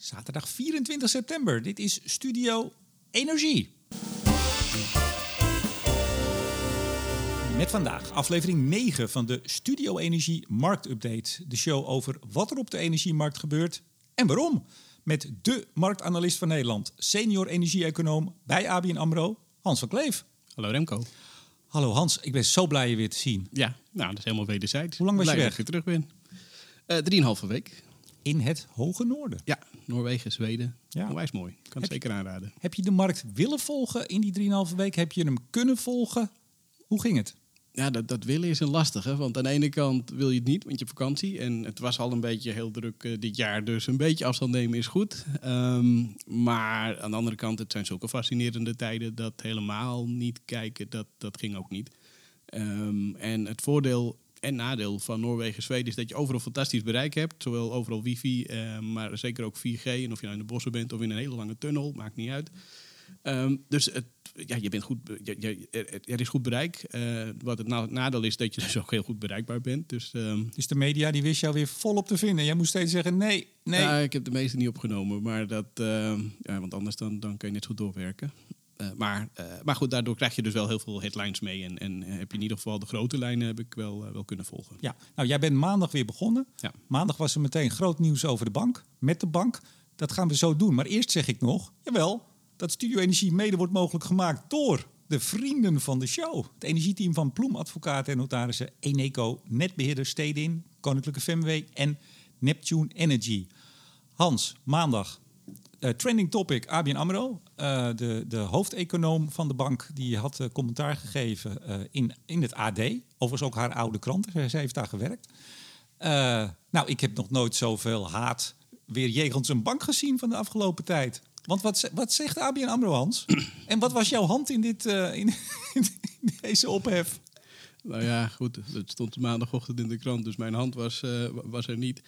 Zaterdag 24 september. Dit is Studio Energie. Met vandaag aflevering 9 van de Studio Energie Marktupdate. De show over wat er op de energiemarkt gebeurt en waarom. Met de marktanalist van Nederland, senior energie-econoom bij ABN AMRO, Hans van Kleef. Hallo Remco. Hallo Hans, ik ben zo blij je weer te zien. Ja, nou dat is helemaal wederzijds. Hoe lang was je weg? Dat ik weer terug ben. 3,5 week. In het hoge noorden. Ja, Noorwegen, Zweden. Ja. Onwijs mooi. Kan het zeker aanraden. Heb je de markt willen volgen in die 3,5 week? Heb je hem kunnen volgen? Hoe ging het? Ja, dat willen is een lastige. Want aan de ene kant wil je het niet, want je hebt vakantie. En het was al een beetje heel druk dit jaar. Dus een beetje afstand nemen is goed. Maar aan de andere kant, het zijn zulke fascinerende tijden. Dat helemaal niet kijken, dat ging ook niet. En het voordeel en nadeel van Noorwegen en Zweden is dat je overal fantastisch bereik hebt. Zowel overal wifi, maar zeker ook 4G. En of je nou in de bossen bent of in een hele lange tunnel, maakt niet uit. Dus je bent goed, er is goed bereik. Wat het nadeel is dat je dus ook heel goed bereikbaar bent. Dus de media die wist jou weer volop te vinden. Jij moest steeds zeggen nee. Ik heb de meeste niet opgenomen. Maar want anders dan kan je net zo goed doorwerken. Maar goed, daardoor krijg je dus wel heel veel headlines mee. En heb je in ieder geval de grote lijnen heb ik wel kunnen volgen. Ja, nou jij bent maandag weer begonnen. Ja. Maandag was er meteen groot nieuws over de bank. Met de bank. Dat gaan we zo doen. Maar eerst zeg ik nog, jawel, dat Studio Energie mede wordt mogelijk gemaakt door de vrienden van de show. Het energieteam van Ploem Advocaten en Notarissen, Eneco, Netbeheerder Stedin, Koninklijke FMW en Neptune Energy. Hans, maandag. Trending topic, ABN AMRO. De hoofdeconoom van de bank die had commentaar gegeven in het AD. Overigens ook haar oude krant. Zij heeft daar gewerkt. Ik heb nog nooit zoveel haat weer jegens een bank gezien van de afgelopen tijd. Want wat zegt ABN AMRO, Hans? En wat was jouw hand in deze ophef? Nou ja, goed. Het stond maandagochtend in de krant, dus mijn hand was er niet.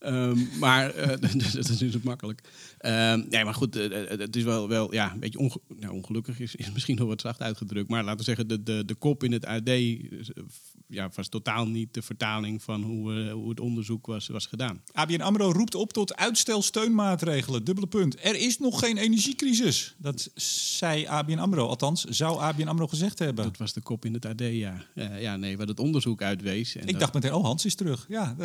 Dat is dus makkelijk. Maar goed, het is wel een beetje ongelukkig is misschien nog wat zacht uitgedrukt. Maar laten we zeggen, de kop in het AD was totaal niet de vertaling van hoe het onderzoek was gedaan. ABN AMRO roept op tot uitstelsteunmaatregelen. Dubbele punt. Er is nog geen energiecrisis. Dat zei ABN AMRO. Althans, zou ABN AMRO gezegd hebben. Dat was de kop in het AD, ja. Wat het onderzoek uitwees. En ik dacht meteen, Hans is terug. Ja,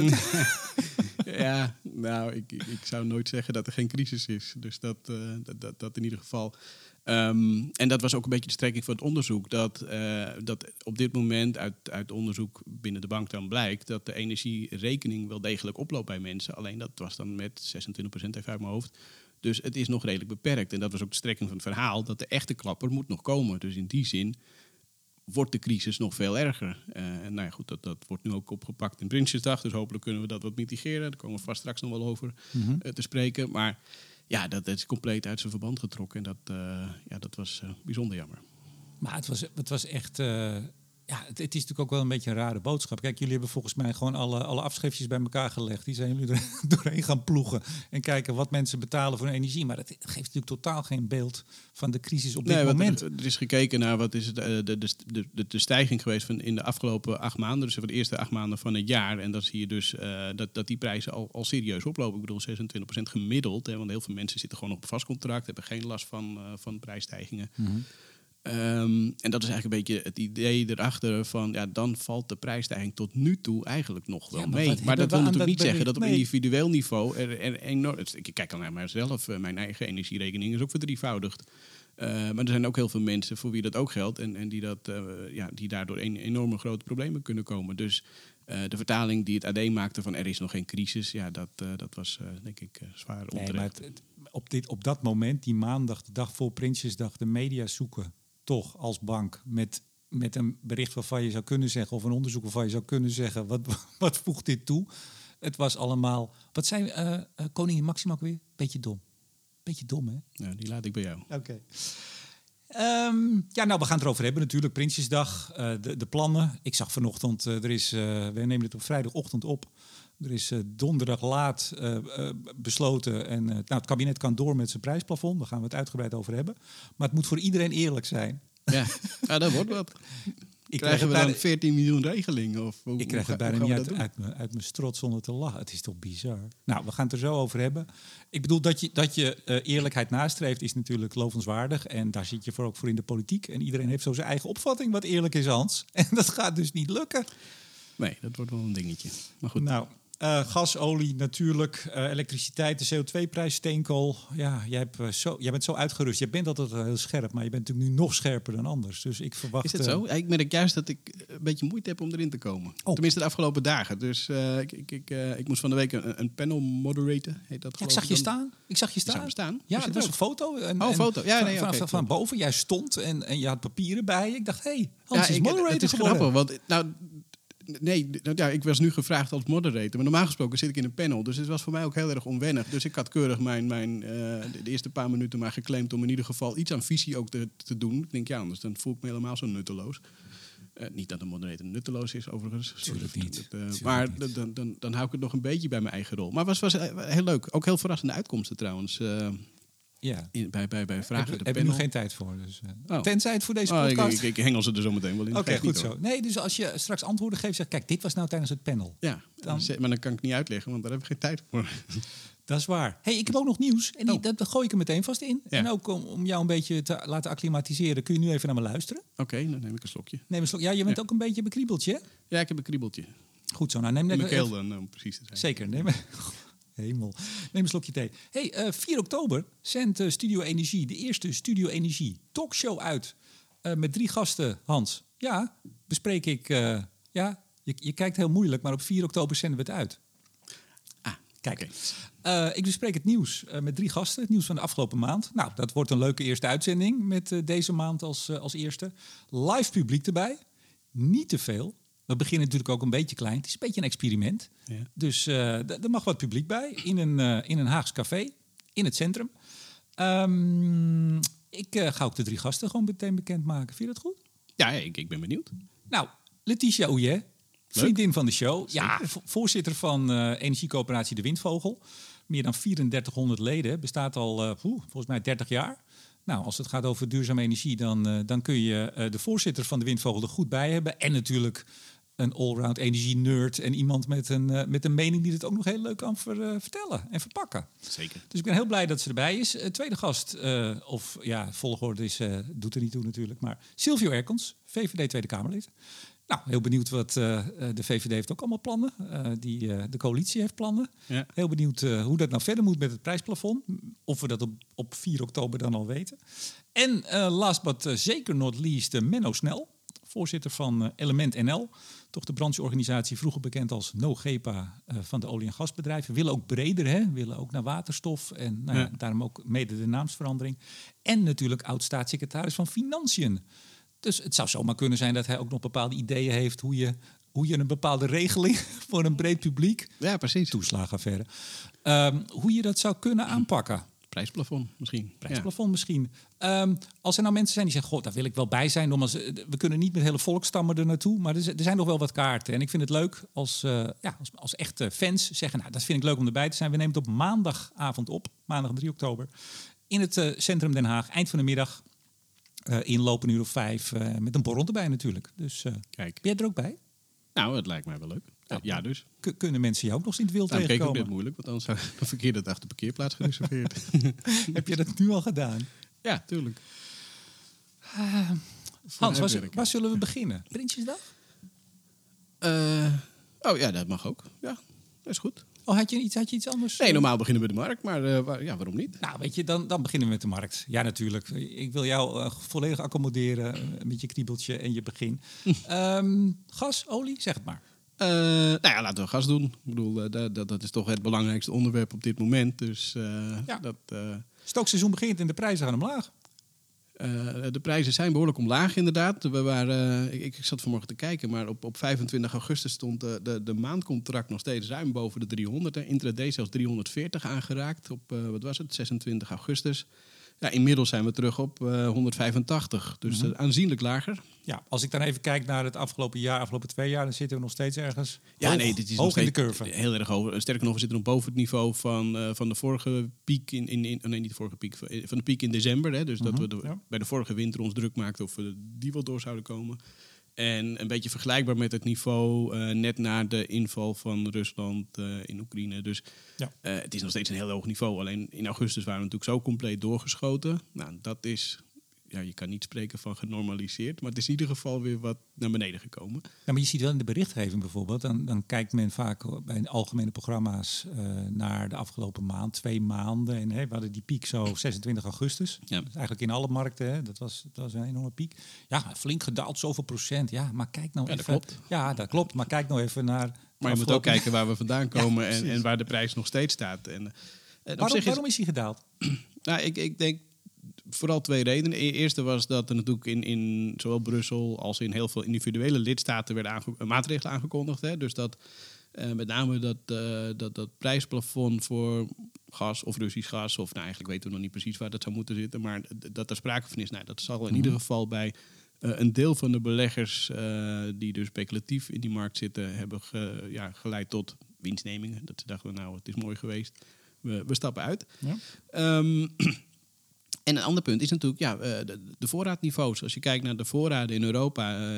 Ja, nou, ik zou nooit zeggen dat er geen crisis is. Dus dat in ieder geval. En dat was ook een beetje de strekking van het onderzoek. Dat op dit moment uit onderzoek binnen de bank dan blijkt dat de energierekening wel degelijk oploopt bij mensen. Alleen dat was dan met 26% even uit mijn hoofd. Dus het is nog redelijk beperkt. En dat was ook de strekking van het verhaal, dat de echte klapper moet nog komen. Dus in die zin wordt de crisis nog veel erger. Dat wordt nu ook opgepakt in Prinsjesdag. Dus hopelijk kunnen we dat wat mitigeren. Daar komen we vast straks nog wel over te spreken. Maar ja, dat is compleet uit zijn verband getrokken. En dat was bijzonder jammer. Maar het was echt... het is natuurlijk ook wel een beetje een rare boodschap. Kijk, jullie hebben volgens mij gewoon alle afschriftjes bij elkaar gelegd. Die zijn jullie er doorheen gaan ploegen en kijken wat mensen betalen voor energie. Maar dat geeft natuurlijk totaal geen beeld van de crisis op dit moment. Er is gekeken naar wat is de stijging geweest van in de afgelopen 8 maanden. Dus van de eerste 8 maanden van het jaar. En dan zie je dus dat die prijzen al serieus oplopen. Ik bedoel 26% gemiddeld. Hè, want heel veel mensen zitten gewoon op een vast contract. Hebben geen last van prijsstijgingen. Mm-hmm. En dat is eigenlijk een beetje het idee erachter van, dan valt de prijsstijging tot nu toe eigenlijk nog wel mee. Maar dat wil natuurlijk niet zeggen dat op individueel niveau er enorm... Ik kijk al naar mijzelf, mijn eigen energierekening is ook verdrievoudigd. Maar er zijn ook heel veel mensen voor wie dat ook geldt en die daardoor enorme grote problemen kunnen komen. Dus de vertaling die het AD maakte van er is nog geen crisis, dat was denk ik zwaar onterecht. Nee, maar op dat moment, die maandag, de dag voor Prinsjesdag, de media zoeken toch als bank met een bericht waarvan je zou kunnen zeggen, of een onderzoek waarvan je zou kunnen zeggen, wat voegt dit toe? Het was allemaal... Wat zei koningin Maxima ook weer? Beetje dom. Beetje dom, hè? Ja, die laat ik bij jou. Oké. We gaan het erover hebben natuurlijk. Prinsjesdag, de plannen. Ik zag vanochtend, we nemen het op vrijdagochtend op. Er is donderdag laat besloten en het kabinet kan door met zijn prijsplafond. Daar gaan we het uitgebreid over hebben. Maar het moet voor iedereen eerlijk zijn. Ja, dat wordt wat. Krijgen we dan 14 miljoen regelingen? Of Ik krijg het bijna niet uit mijn strot zonder te lachen. Het is toch bizar. Nou, we gaan het er zo over hebben. Ik bedoel, dat je eerlijkheid nastreeft is natuurlijk lovenswaardig. En daar zit je ook voor in de politiek. En iedereen heeft zo zijn eigen opvatting wat eerlijk is, Hans. En dat gaat dus niet lukken. Nee, dat wordt wel een dingetje. Maar goed. Nou, gas, olie natuurlijk, elektriciteit, de CO2-prijs, steenkool. Ja, jij bent zo uitgerust. Je bent altijd heel scherp, maar je bent natuurlijk nu nog scherper dan anders. Dus ik verwacht... Is het zo? Ik merk juist dat ik een beetje moeite heb om erin te komen. Tenminste de afgelopen dagen. Dus ik moest van de week een panel moderaten, heet dat. Ja, ik zag je staan. Ik zag je staan. Ja, dat was een foto. Foto. Ja, van boven. Jij stond en je had papieren bij je. Ik dacht, Hans is moderator het is geworden. Grappig, want ik was nu gevraagd als moderator. Maar normaal gesproken zit ik in een panel. Dus het was voor mij ook heel erg onwennig. Dus ik had keurig de eerste paar minuten maar geclaimd om in ieder geval iets aan visie ook te doen. Ik denk, anders dan voel ik me helemaal zo nutteloos. Niet dat een moderator nutteloos is, overigens. Tuurlijk niet. Maar dan hou ik het nog een beetje bij mijn eigen rol. Maar het was heel leuk. Ook heel verrassende uitkomsten trouwens. Bij vragen. Heb je nog geen tijd voor. Dus, tenzij het voor deze podcast... Ik hengel ze er zo meteen wel in. Oké, goed zo. Nee, dus als je straks antwoorden geeft, zeg kijk, dit was nou tijdens het panel. Ja, maar dan kan ik niet uitleggen, want daar heb ik geen tijd voor. Dat is waar. Hey, ik heb ook nog nieuws. En dat gooi ik er meteen vast in. Ja. En ook om jou een beetje te laten acclimatiseren, kun je nu even naar me luisteren. Oké, dan neem ik een slokje. Neem een slok. Ja, je bent ook een beetje bekriebeltje, hè? Ja, ik heb een kriebeltje. Goed zo. Nou, neem mijn keel dan, om precies te zijn. Zeker. Hemel. Neem een slokje thee. Hey, 4 oktober zendt Studio Energie, de eerste Studio Energie talkshow uit. Met 3 gasten, Hans. Ja, bespreek ik... Je kijkt heel moeilijk, maar op 4 oktober zenden we het uit. Kijk, ik bespreek het nieuws met 3 gasten. Het nieuws van de afgelopen maand. Nou, dat wordt een leuke eerste uitzending met deze maand als eerste. Live publiek erbij. Niet te veel. We beginnen natuurlijk ook een beetje klein. Het is een beetje een experiment. Ja. Dus er mag wat publiek bij. In een Haags café. In het centrum. Ik ga ook de 3 gasten gewoon meteen bekendmaken. Vind je dat goed? Ja, ik ben benieuwd. Nou, Letitia Ouillet. Vriendin van de show. Zeker. Ja, voorzitter van energiecoöperatie De Windvogel. Meer dan 3400 leden. Bestaat al volgens mij 30 jaar. Nou, als het gaat over duurzame energie, dan kun je de voorzitter van De Windvogel er goed bij hebben. En natuurlijk een allround energie-nerd en iemand met een mening die het ook nog heel leuk kan vertellen en verpakken. Zeker. Dus ik ben heel blij dat ze erbij is. Tweede gast, volgorde doet er niet toe natuurlijk, maar Silvio Erkens, VVD Tweede Kamerlid. Nou, heel benieuwd wat de VVD heeft ook allemaal plannen. De coalitie heeft plannen. Ja. Heel benieuwd hoe dat nou verder moet met het prijsplafond. Of we dat op 4 oktober dan al weten. En last but zeker not least Menno Snel. Voorzitter van Element NL. Toch de brancheorganisatie, vroeger bekend als NOGEPA van de olie- en gasbedrijven. Willen ook breder, hè? Willen ook naar waterstof. En daarom ook mede de naamsverandering. En natuurlijk oud-staatssecretaris van Financiën. Dus het zou zomaar kunnen zijn dat hij ook nog bepaalde ideeën heeft hoe je een bepaalde regeling voor een breed publiek, ja, precies, toeslagenaffaire, hoe je dat zou kunnen aanpakken. Prijsplafond misschien. Misschien. Als er nou mensen zijn die zeggen, goh, daar wil ik wel bij zijn. We kunnen niet met hele volkstammen er naartoe, maar er zijn nog wel wat kaarten. En ik vind het leuk als echte fans zeggen, nou, dat vind ik leuk om erbij te zijn. We nemen het op maandagavond op, maandag 3 oktober, in het centrum Den Haag, eind van de middag. Inlopen een uur of 5, met een borrel erbij natuurlijk. Dus ben jij er ook bij? Nou, het lijkt mij wel leuk. Ja, dus. Kunnen mensen jou ook nog eens in het wild tegenkomen? Kijk, ik ben moeilijk, want anders zou ik de verkeerde dag de parkeerplaats gereserveerd. Heb je dat nu al gedaan? Ja, tuurlijk. Hans, waar zullen we beginnen? Prinsjesdag? Ja, dat mag ook. Ja, dat is goed. Oh, had je iets anders? Nee, normaal beginnen we de markt, maar waarom niet? Nou, weet je, dan beginnen we met de markt. Ja, natuurlijk. Ik wil jou volledig accommoderen met je kriebeltje en je begin. Gas, olie, zeg het maar. Laten we gas doen. Ik bedoel, dat is toch het belangrijkste onderwerp op dit moment. Dus stookseizoen begint en de prijzen gaan omlaag. De prijzen zijn behoorlijk omlaag inderdaad. Ik zat vanmorgen te kijken, maar op 25 augustus stond de maandcontract nog steeds ruim boven de 300. Intraday zelfs 340 aangeraakt op 26 augustus. Ja, inmiddels zijn we terug op 185, dus aanzienlijk lager. Ja, als ik dan even kijk naar het afgelopen 2 jaar, dan zitten we nog steeds ergens dit is hoog in de curve. Heel erg hoog. Sterker nog, we zitten nog boven het niveau van de vorige piek niet de vorige piek, van de piek in december. Hè, dus dat we bij de vorige winter ons druk maakten of we die wel door zouden komen. En een beetje vergelijkbaar met het niveau net na de inval van Rusland in Oekraïne. Dus het is nog steeds een heel hoog niveau. Alleen in augustus waren we natuurlijk zo compleet doorgeschoten. Nou, dat is... Ja, je kan niet spreken van genormaliseerd. Maar het is in ieder geval weer wat naar beneden gekomen. Ja, maar je ziet wel in de berichtgeving bijvoorbeeld. Dan kijkt men vaak bij algemene programma's naar de afgelopen maand, 2 maanden. En we hadden die piek zo 26 augustus. Ja. Dat is eigenlijk in alle markten. Hè. Dat was een enorme piek. Ja, flink gedaald, zoveel procent. Ja, maar kijk nou even. Dat klopt. Ja, dat klopt. Maar kijk nou even naar... Maar je moet ook kijken waar we vandaan komen en waar de prijs nog steeds staat. Waarom is hij gedaald? Nou, ik denk... Vooral 2 redenen. De eerste was dat er natuurlijk in zowel Brussel als in heel veel individuele lidstaten werden maatregelen aangekondigd. Hè. Dus dat met name dat prijsplafond voor gas of Russisch gas, of nou eigenlijk weten we nog niet precies waar dat zou moeten zitten, maar dat er sprake van is. Nou, dat zal in ieder geval bij een deel van de beleggers die dus speculatief in die markt zitten, hebben geleid tot winstnemingen. Dat ze dachten, nou, het is mooi geweest. We stappen uit. Ja. En een ander punt is natuurlijk de voorraadniveaus. Als je kijkt naar de voorraden in Europa,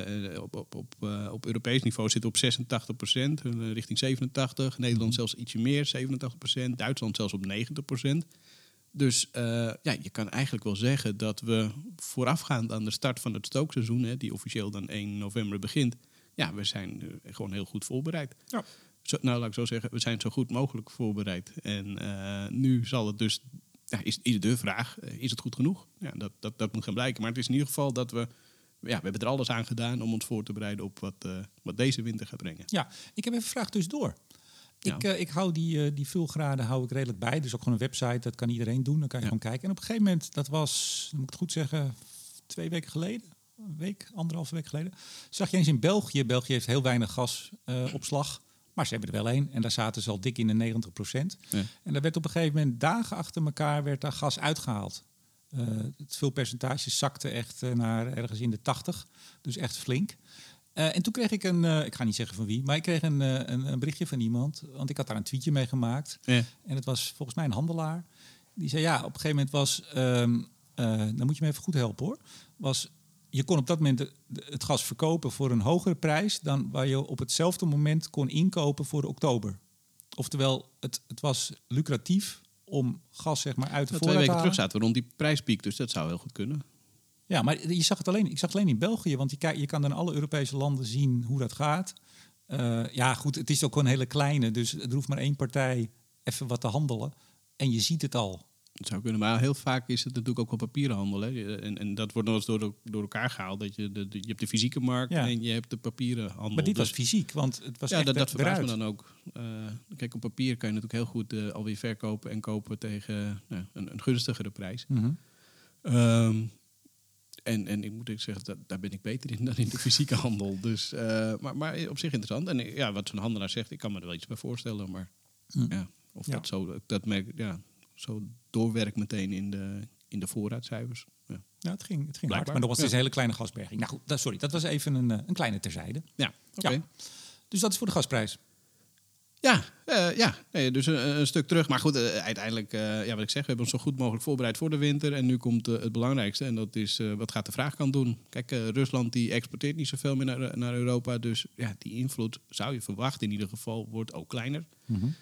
op Europees niveau zitten op 86%, richting 87%. Nederland zelfs ietsje meer, 87%. Duitsland zelfs op 90%. Dus je kan eigenlijk wel zeggen dat we voorafgaand aan de start van het stookseizoen, die officieel dan 1 november begint, we zijn gewoon heel goed voorbereid. Ja. Laat ik zo zeggen, we zijn zo goed mogelijk voorbereid. En nu zal het dus... Ja, is de vraag, is het goed genoeg? Ja, dat moet gaan blijken. Maar het is in ieder geval dat we hebben er alles aan gedaan om ons voor te bereiden op wat deze winter gaat brengen. Ja, ik heb even een vraag tussendoor. Ja. Ik hou die vulgraden hou ik redelijk bij. Dus ook gewoon een website, dat kan iedereen doen. Dan kan je gewoon kijken. En op een gegeven moment, dat was, dan moet ik het goed zeggen, 2 weken geleden. 1,5 week geleden. Zag je eens in België. België heeft heel weinig gasopslag. Maar ze hebben er wel 1 en daar zaten ze al dik in de 90%. Ja. En daar werd op een gegeven moment dagen achter elkaar werd daar gas uitgehaald. Het vulpercentage zakte echt naar ergens in de 80. Dus echt flink. En toen kreeg ik ik ga niet zeggen van wie, maar ik kreeg een berichtje van iemand. Want ik had daar een tweetje mee gemaakt. Ja. En het was volgens mij een handelaar. Die zei op een gegeven moment was... dan moet je me even goed helpen hoor. Je kon op dat moment het gas verkopen voor een hogere prijs dan waar je op hetzelfde moment kon inkopen voor oktober. Oftewel, het was lucratief om gas zeg maar uit de voorraad 2 weken terug zaten we rond die prijspiek, dus dat zou heel goed kunnen. Ja, maar ik zag het alleen in België, want je kan dan in alle Europese landen zien hoe dat gaat. Goed, het is ook gewoon een hele kleine, dus er hoeft maar 1 partij even wat te handelen en je ziet het al. Het zou kunnen, maar heel vaak is het natuurlijk ook wel papieren handel. Hè? En dat wordt nog eens door elkaar gehaald. Dat je hebt de fysieke markt en je hebt de papieren handel. Maar dit was fysiek, want het was echt dat verbaast me dan ook. Kijk, op papier kan je natuurlijk heel goed alweer verkopen en kopen tegen een gunstigere prijs. Mm-hmm. En ik moet zeggen, daar ben ik beter in dan in de fysieke handel. Dus, maar op zich interessant. En wat zo'n handelaar zegt, ik kan me er wel iets bij voorstellen. Maar dat zo... Dat merk zo doorwerkt meteen in de voorraadcijfers. Ja, het ging hard. Maar nog was het een hele kleine gasberging. Nou goed, dat was even een kleine terzijde. Ja, oké. Ja. Dus dat is voor de gasprijs. Dus een stuk terug. Maar goed, uiteindelijk, wat ik zeg, we hebben ons zo goed mogelijk voorbereid voor de winter. En nu komt het belangrijkste. En dat is, wat gaat de vraagkant doen? Kijk, Rusland die exporteert niet zoveel meer naar Europa. Dus die invloed, zou je verwachten in ieder geval, wordt ook kleiner. Mm-hmm.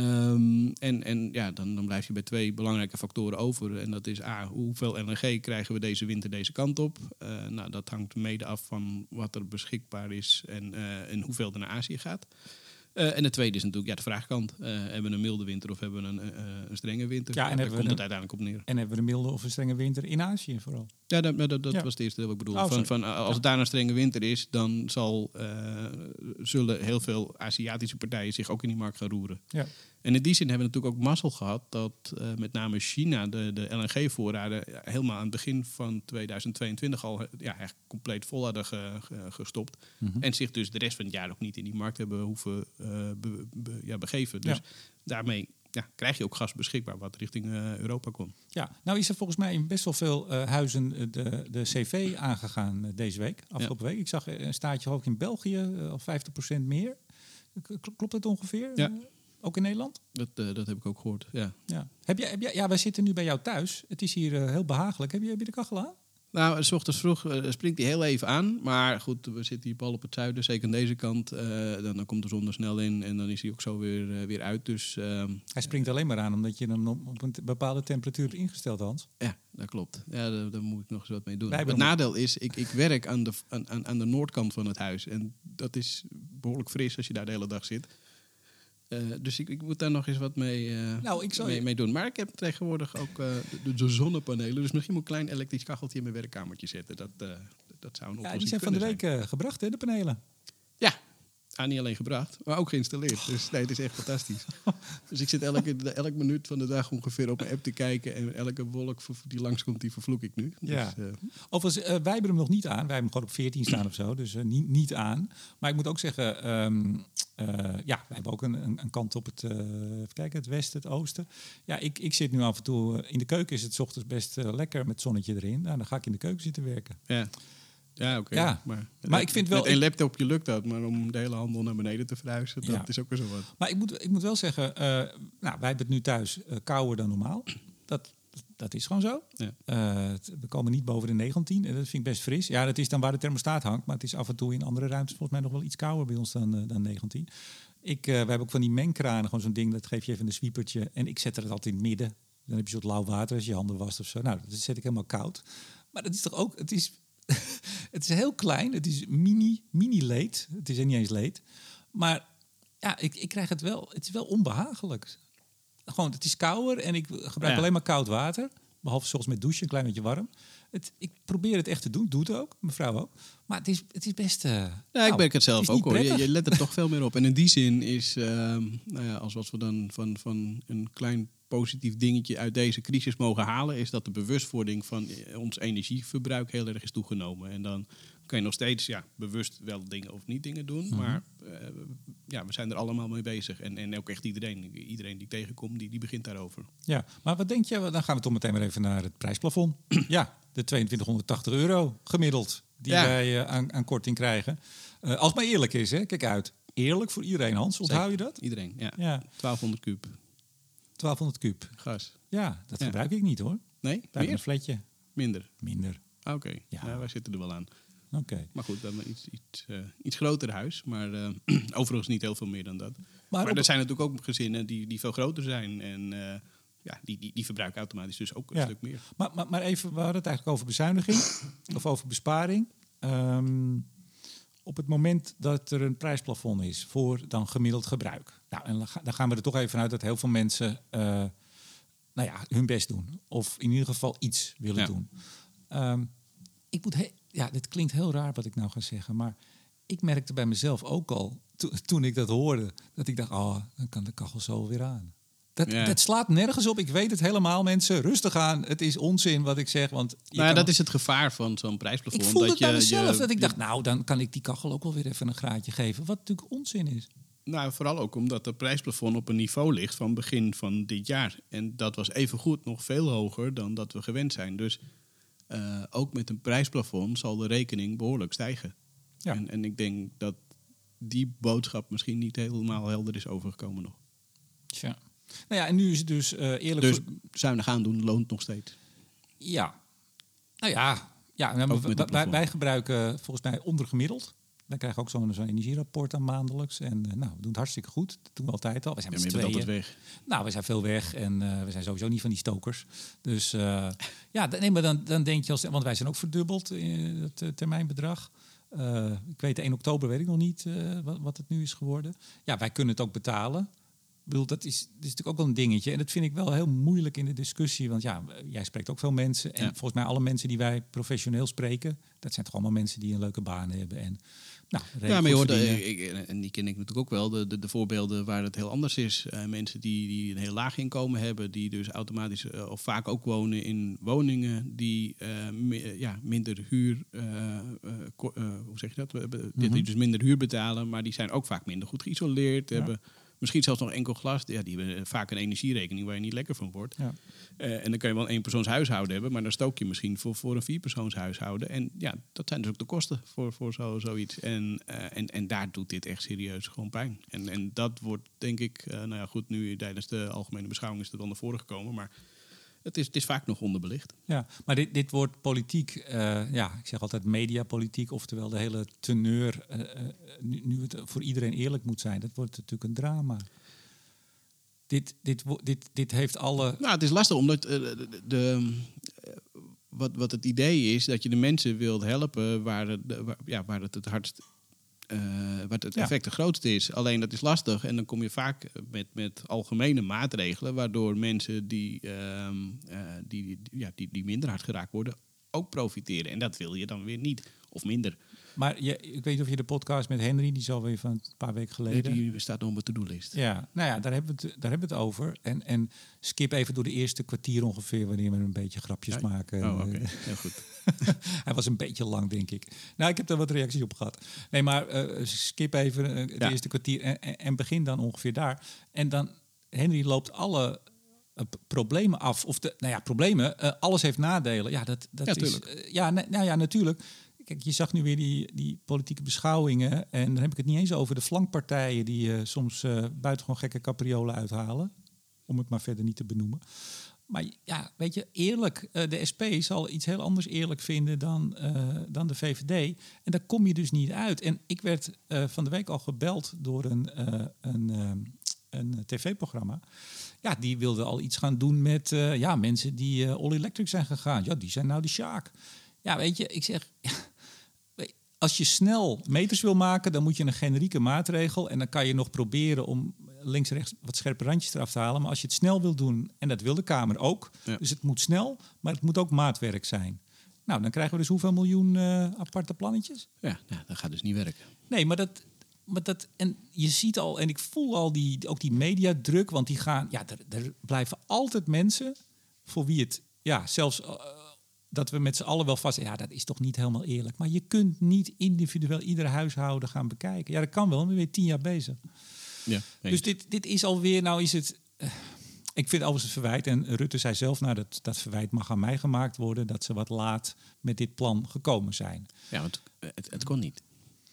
Dan blijf je bij 2 belangrijke factoren over. En dat is hoeveel LNG krijgen we deze winter deze kant op? Dat hangt mede af van wat er beschikbaar is en hoeveel er naar Azië gaat. En de tweede is natuurlijk de vraagkant. Hebben we een milde winter of hebben we een strenge winter? Ja, en daar komt het uiteindelijk op neer. En hebben we een milde of een strenge winter in Azië vooral? Ja, dat was het eerste dat ik bedoel. Als het daar een strenge winter is, dan zullen heel veel Aziatische partijen zich ook in die markt gaan roeren. Ja. En in die zin hebben we natuurlijk ook mazzel gehad dat met name China de LNG-voorraden helemaal aan het begin van 2022 al echt compleet vol hadden gestopt. Mm-hmm. En zich dus de rest van het jaar ook niet in die markt hebben hoeven begeven. Dus daarmee krijg je ook gas beschikbaar wat richting Europa komt. Ja, nou is er volgens mij in best wel veel huizen de CV aangegaan deze week, afgelopen week. Ik zag een staatje hoog in België, al 50% meer. Klopt dat ongeveer? Ja. Ook in Nederland? Dat heb ik ook gehoord, ja. Wij zitten nu bij jou thuis. Het is hier heel behagelijk. Heb je de kachel aan? Nou, 's ochtends vroeg springt hij heel even aan. Maar goed, we zitten hier pal op het zuiden, zeker aan deze kant. Dan komt de zon er snel in en dan is hij ook zo weer uit. Dus, Hij springt alleen maar aan omdat je hem op een bepaalde temperatuur hebt ingesteld, Hans. ja, dat klopt. Ja, daar moet ik nog eens wat mee doen. Wij Het hebben nadeel is, ik werk aan de noordkant van het huis. En dat is behoorlijk fris als je daar de hele dag zit. Dus ik moet daar nog eens wat mee doen. Maar ik heb tegenwoordig ook de zonnepanelen. Dus misschien moet ik een klein elektrisch kacheltje in mijn werkkamertje zetten. Dat zou een oplossing Ja, die zijn van de kunnen zijn. week gebracht, hè, de panelen. Ja, niet alleen gebracht, maar ook geïnstalleerd. Dus nee, het is echt fantastisch. Dus ik zit elk minuut van de dag ongeveer op mijn app te kijken. En elke wolk die langskomt, die vervloek ik nu. Ja. Dus, Overigens, wij hebben hem nog niet aan. Wij hebben hem gewoon op 14 staan of zo. Dus niet aan. Maar ik moet ook zeggen... wij hebben ook een kant op het, even kijken, het westen, het oosten. Ja, ik zit nu af en toe... in de keuken is het 's ochtends best lekker met zonnetje erin. Nou, dan ga ik in de keuken zitten werken. ja, oké. Ja. Maar ik vind wel... Met één laptopje lukt dat, maar om de hele handel naar beneden te verhuizen, dat is ook weer zo wat. Maar ik moet wel zeggen, wij hebben het nu thuis kouder dan normaal. Dat is gewoon zo. Ja. We komen niet boven de 19 en dat vind ik best fris. Ja, dat is dan waar de thermostaat hangt, maar het is af en toe in andere ruimtes volgens mij nog wel iets kouder bij ons dan 19. We hebben ook van die mengkranen, gewoon zo'n ding, dat geef je even een swiepertje. En ik zet er het altijd in het midden. Dan heb je soort lauw water als je handen wast of zo. Nou, dat zet ik helemaal koud. Maar dat is toch ook, het is heel klein. Het is mini-leed. Het is er niet eens leed. Maar ja, ik krijg het wel. Het is wel onbehagelijk. Gewoon, het is kouder en ik gebruik alleen maar koud water. Behalve zoals met douchen, een klein beetje warm. Ik probeer het echt te doen. Doe het ook. Mevrouw ook. Maar het is best... ik merk het zelf ook hoor. Prettig. Je let er toch veel meer op. En in die zin is, als wat we dan van een klein positief dingetje uit deze crisis mogen halen, is dat de bewustwording van ons energieverbruik heel erg is toegenomen. En dan kan je nog steeds bewust wel dingen of niet dingen doen. Maar we zijn er allemaal mee bezig. En ook echt iedereen die ik tegenkom, die begint daarover. Ja, maar wat denk je? Dan gaan we toch meteen maar even naar het prijsplafond. Ja, de €2280 gemiddeld die wij aan korting krijgen. Als het maar eerlijk is, hè? Kijk uit. Eerlijk voor iedereen, Hans. Onthoud je dat? Iedereen, ja. Ja. 1200 kuub 1200 kuub. gas. Ja, dat gebruik ik niet hoor. Nee? Bij een Meer? flatje. Minder. Oké. Ja. Wij zitten er wel aan. Oké. Maar goed, dan iets groter huis. Maar overigens niet heel veel meer dan dat. Maar er zijn natuurlijk ook gezinnen die veel groter zijn. En die verbruiken automatisch dus ook een stuk meer. Maar even, we hadden het eigenlijk over bezuiniging. Of over besparing. Op het moment dat er een prijsplafond is voor dan gemiddeld gebruik. Nou, en dan gaan we er toch even uit dat heel veel mensen hun best doen. Of in ieder geval iets willen doen. Dit klinkt heel raar wat ik nou ga zeggen, maar ik merkte bij mezelf ook al, toen ik dat hoorde, dat ik dacht, dan kan de kachel zo weer aan. Dat slaat nergens op. Ik weet het helemaal, mensen. Rustig aan. Het is onzin wat ik zeg. Want dat is het gevaar van zo'n prijsplafond. Ik voelde het bij mezelf. Dat ik dacht, dan kan ik die kachel ook wel weer even een graadje geven. Wat natuurlijk onzin is. Nou, vooral ook omdat het prijsplafond op een niveau ligt van begin van dit jaar. En dat was evengoed nog veel hoger dan dat we gewend zijn. Dus ook met een prijsplafond zal de rekening behoorlijk stijgen. Ja. En ik denk dat die boodschap misschien niet helemaal helder is overgekomen nog. Tja. Nou ja, en nu is het dus eerlijk... Dus zuinig aandoen loont nog steeds. Ja. Nou ja, wij gebruiken volgens mij ondergemiddeld. Wij krijgen ook zo'n energierapport aan maandelijks. En we doen het hartstikke goed. Dat doen we altijd al. We zijn met z'n tweeën. altijd weg. Nou, we zijn veel weg. En we zijn sowieso niet van die stokers. Dus maar dan denk je... want wij zijn ook verdubbeld in het termijnbedrag. Ik weet, 1 oktober weet ik nog niet wat het nu is geworden. Ja, wij kunnen het ook betalen. Ik bedoel, dat is natuurlijk ook wel een dingetje. En dat vind ik wel heel moeilijk in de discussie. Want jij spreekt ook veel mensen. En volgens mij alle mensen die wij professioneel spreken... dat zijn toch allemaal mensen die een leuke baan hebben. En, maar je hoort, en die ken ik natuurlijk ook wel, de voorbeelden waar het heel anders is. Mensen die een heel laag inkomen hebben... die dus automatisch of vaak ook wonen in woningen... die minder huur... hoe zeg je dat? Die dus minder huur betalen... maar die zijn ook vaak minder goed geïsoleerd... hebben misschien zelfs nog enkel glas. Ja, die hebben vaak een energierekening waar je niet lekker van wordt. Ja. En dan kan je wel een 1-persoonshuishouden hebben, maar dan stook je misschien voor een 4-persoonshuishouden. En ja, dat zijn dus ook de kosten voor zoiets. En daar doet dit echt serieus gewoon pijn. En dat wordt, denk ik, goed, nu tijdens de algemene beschouwing is het wel naar voren gekomen, maar het is vaak nog onderbelicht. Ja, maar dit wordt politiek, ik zeg altijd mediapolitiek, oftewel de hele teneur, nu het voor iedereen eerlijk moet zijn, dat wordt natuurlijk een drama. Dit heeft alle... Nou, het is lastig, omdat wat het idee is, dat je de mensen wilt helpen waar het hardst... wat het effect het grootste is. Alleen dat is lastig. En dan kom je vaak met algemene maatregelen, waardoor mensen die minder hard geraakt worden, ook profiteren. En dat wil je dan weer niet. Of minder. Maar ik weet niet of je de podcast met Henry, die is alweer van een paar weken geleden. Die staat nog op mijn to-do-list. Ja, nou ja, daar hebben we het over. En skip even door de eerste kwartier ongeveer, wanneer we een beetje grapjes maken. Oh, oké. Heel goed. Hij was een beetje lang, denk ik. Nou, ik heb daar wat reacties op gehad. Nee, maar skip even het eerste kwartier en begin dan ongeveer daar. En dan, Henry loopt alle problemen af. Of problemen, alles heeft nadelen. Ja, dat is... natuurlijk. Kijk, je zag nu weer die politieke beschouwingen. En dan heb ik het niet eens over de flankpartijen die soms buitengewoon gekke capriolen uithalen. Om het maar verder niet te benoemen. Maar ja, weet je, eerlijk, de SP zal iets heel anders eerlijk vinden dan de VVD. En daar kom je dus niet uit. En ik werd van de week al gebeld door een tv-programma. Ja, die wilde al iets gaan doen met mensen die all electric zijn gegaan. Ja, die zijn nou de Sjaak. Ja, weet je, ik zeg... Als je snel meters wil maken, dan moet je een generieke maatregel. En dan kan je nog proberen om links en rechts wat scherpe randjes eraf te halen. Maar als je het snel wil doen, en dat wil de Kamer ook. Ja. Dus het moet snel, maar het moet ook maatwerk zijn. Nou, dan krijgen we dus hoeveel miljoen aparte plannetjes? Ja, dat gaat dus niet werken. Nee, maar dat en je ziet al, en ik voel al ook die mediadruk. Want die gaan, er blijven altijd mensen voor wie het, zelfs... dat we met z'n allen wel vast... Ja, dat is toch niet helemaal eerlijk. Maar je kunt niet individueel ieder huishouden gaan bekijken. Ja, dat kan wel, maar ben je 10 jaar bezig. Ja, dus dit is alweer... Nou is het... ik vind overigens het verwijt... En Rutte zei zelf, dat verwijt mag aan mij gemaakt worden... dat ze wat laat met dit plan gekomen zijn. Ja, want het kon niet.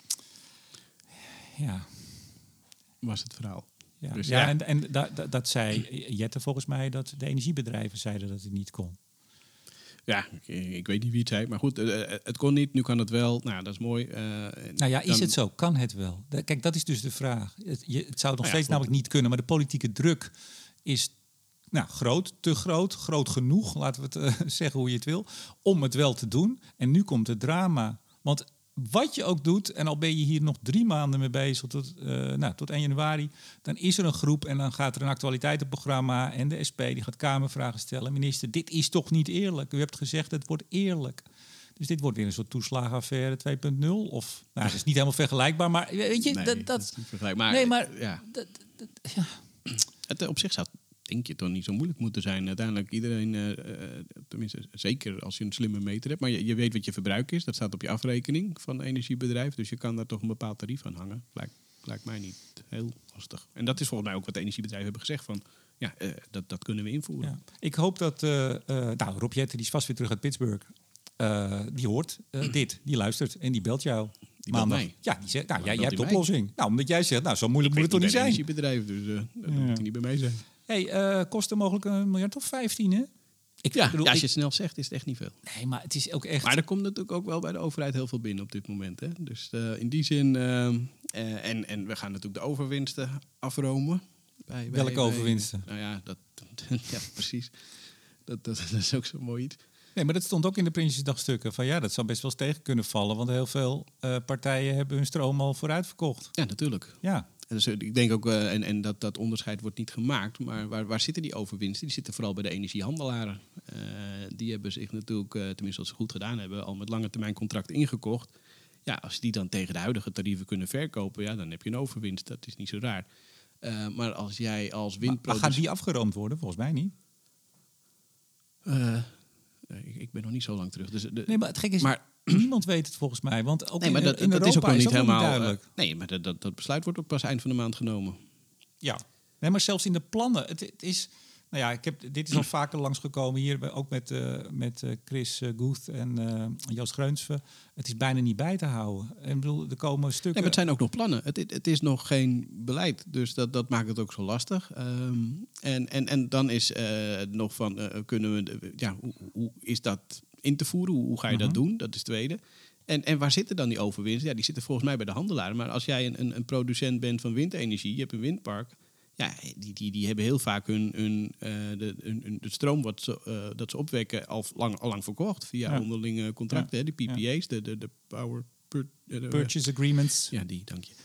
Ja. Was het verhaal. Ja, dus en dat zei Jette volgens mij... dat de energiebedrijven zeiden dat het niet kon. Ja, ik weet niet wie het zei. Maar goed, het kon niet, nu kan het wel. Nou, dat is mooi. Is het zo? Kan het wel? Kijk, dat is dus de vraag. Het zou nog steeds namelijk niet kunnen. Maar de politieke druk is groot, te groot. Groot genoeg, laten we het zeggen hoe je het wil. Om het wel te doen. En nu komt het drama. Want wat je ook doet, en al ben je hier nog 3 maanden mee bezig... tot 1 januari, dan is er een groep... en dan gaat er een actualiteitenprogramma... en de SP die gaat Kamervragen stellen. Minister, dit is toch niet eerlijk? U hebt gezegd, het wordt eerlijk. Dus dit wordt weer een soort toeslagenaffaire 2.0. Of, dat is niet helemaal vergelijkbaar, maar weet je... Nee, dat is niet vergelijkbaar. Nee, maar... Het op zich zou... denk je toch niet zo moeilijk moeten zijn. Uiteindelijk iedereen, tenminste zeker als je een slimme meter hebt, maar je weet wat je verbruik is. Dat staat op je afrekening van een energiebedrijf. Dus je kan daar toch een bepaald tarief aan hangen. Lijkt mij niet heel lastig. En dat is volgens mij ook wat de energiebedrijven hebben gezegd van, dat kunnen we invoeren. Ja. Ik hoop dat, Rob Jetten, die is vast weer terug uit Pittsburgh. Die hoort dit, die luistert en die belt jou. Die belt mij. Ja, die zegt, jij hebt de oplossing. Nou, omdat jij zegt, zo moeilijk moet het toch niet zijn. Energiebedrijf, dus dat moet hij niet bij mij zijn. Kost er mogelijk 1 miljard of 15, hè? Als je het snel zegt, is het echt niet veel. Nee, maar het is ook echt... Maar er komt natuurlijk ook wel bij de overheid heel veel binnen op dit moment. Hè? Dus in die zin... en we gaan natuurlijk de overwinsten afromen. Welke overwinsten? Nou ja, precies. Dat is ook zo mooi iets. Nee, maar dat stond ook in de Prinsjesdagstukken. Van dat zou best wel eens tegen kunnen vallen. Want heel veel partijen hebben hun stroom al vooruit verkocht. Ja, natuurlijk. Ja. Dus ik denk ook, en dat onderscheid wordt niet gemaakt, maar waar zitten die overwinsten? Die zitten vooral bij de energiehandelaren. Die hebben zich natuurlijk, tenminste als ze goed gedaan hebben, al met lange termijn contracten ingekocht. Ja, als die dan tegen de huidige tarieven kunnen verkopen, dan heb je een overwinst. Dat is niet zo raar. Maar als jij als windproducent... Maar gaan die afgeroomd worden? Volgens mij niet. Ik ben nog niet zo lang terug. Dus nee, maar het gekke is... Niemand weet het volgens mij, want ook in Europa is ook nog niet helemaal duidelijk. Nee, maar dat besluit wordt ook pas eind van de maand genomen. Ja, nee, maar zelfs in de plannen, het is Nou ja, dit is al vaker langsgekomen hier, ook met Chris Guth en Joost Greunsve. Het is bijna niet bij te houden. En ik bedoel, er komen stukken... Nee, maar het zijn ook nog plannen. Het is nog geen beleid, dus dat maakt het ook zo lastig. En dan is nog van, kunnen we... hoe is dat in te voeren? Hoe ga je dat doen? Dat is het tweede. En waar zitten dan die overwinsten? Ja, die zitten volgens mij bij de handelaren. Maar als jij een producent bent van windenergie, je hebt een windpark... Ja, die hebben heel vaak de stroom dat ze opwekken al lang verkocht via onderlinge contracten, de PPA's, de Power Purchase Agreements. Ja, dank je.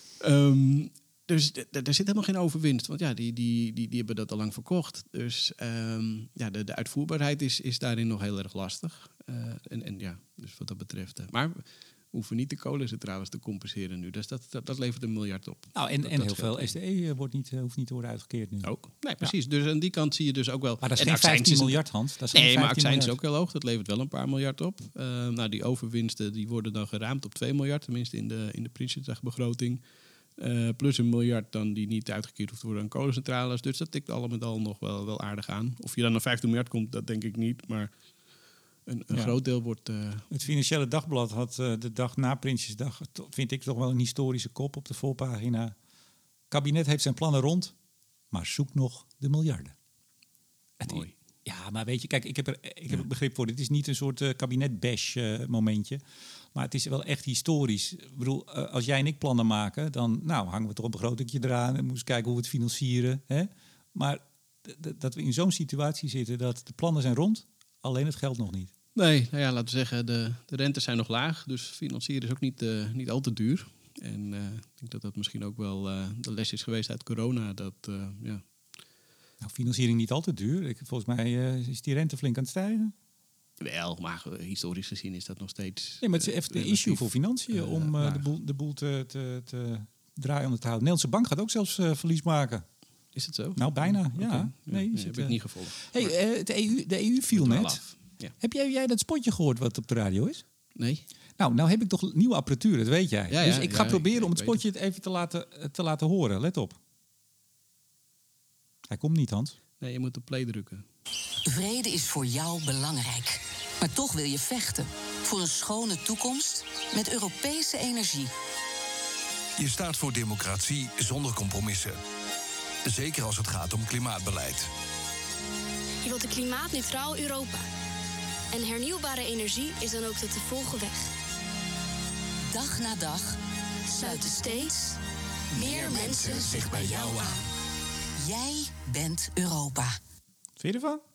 Dus er zit helemaal geen overwinst, want die hebben dat al lang verkocht. Dus de uitvoerbaarheid is daarin nog heel erg lastig. Dus wat dat betreft. Maar we hoeven niet de kolencentrales te compenseren nu. Dus dat levert $1 miljard op. Nou, en heel veel SDE hoeft niet te worden uitgekeerd nu. Ook. Nee, precies. Ja. Dus aan die kant zie je dus ook wel... Maar dat is geen 15 miljard, Hans. Dat is nee, maar accijns is ook heel hoog. Dat levert wel een paar miljard op. Die overwinsten die worden dan geraamd op 2 miljard. Tenminste in de Prinsjesdagbegroting. Plus $1 miljard dan die niet uitgekeerd hoeft te worden aan kolencentrales. Dus dat tikt al met al nog wel aardig aan. Of je dan naar 15 miljard komt, dat denk ik niet. Maar... Een groot deel wordt... Het Financiële Dagblad had de dag na Prinsjesdag... vind ik toch wel een historische kop op de voorpagina. Het kabinet heeft zijn plannen rond, maar zoekt nog de miljarden. Mooi. Ja, maar weet je, kijk, ik heb er begrip voor. Dit is niet een soort kabinet-bash momentje. Maar het is wel echt historisch. Ik bedoel, als jij en ik plannen maken... dan hangen we toch een begrotingje eraan... en moeten kijken hoe we het financieren. Hè? Maar dat we in zo'n situatie zitten... dat de plannen zijn rond, alleen het geld nog niet. Nee, laten we zeggen, de rentes zijn nog laag. Dus financieren is ook niet al te duur. En ik denk dat misschien ook wel de les is geweest uit corona. Nou, financiering niet al te duur. Volgens mij is die rente flink aan het stijgen. Wel, maar historisch gezien is dat nog steeds... Nee, maar het is even een issue voor financiën om de boel te draaien onder te houden. De Nederlandse bank gaat ook zelfs verlies maken. Is het zo? Nou, bijna, ja. Okay. Nee, heb ik niet gevolgd. Hey, de EU viel net. Ja. Heb jij dat spotje gehoord wat op de radio is? Nee. Nou heb ik toch nieuwe apparatuur, dat weet jij. Dus ik ga proberen om het spotje even te laten horen. Let op. Hij komt niet, Hans. Nee, je moet op play drukken. Vrede is voor jou belangrijk. Maar toch wil je vechten voor een schone toekomst met Europese energie. Je staat voor democratie zonder compromissen. Zeker als het gaat om klimaatbeleid. Je wilt een klimaatneutraal Europa. En hernieuwbare energie is dan ook de te volgen weg. Dag na dag sluiten steeds meer mensen zich bij jou aan. Jij bent Europa. Vind je ervan?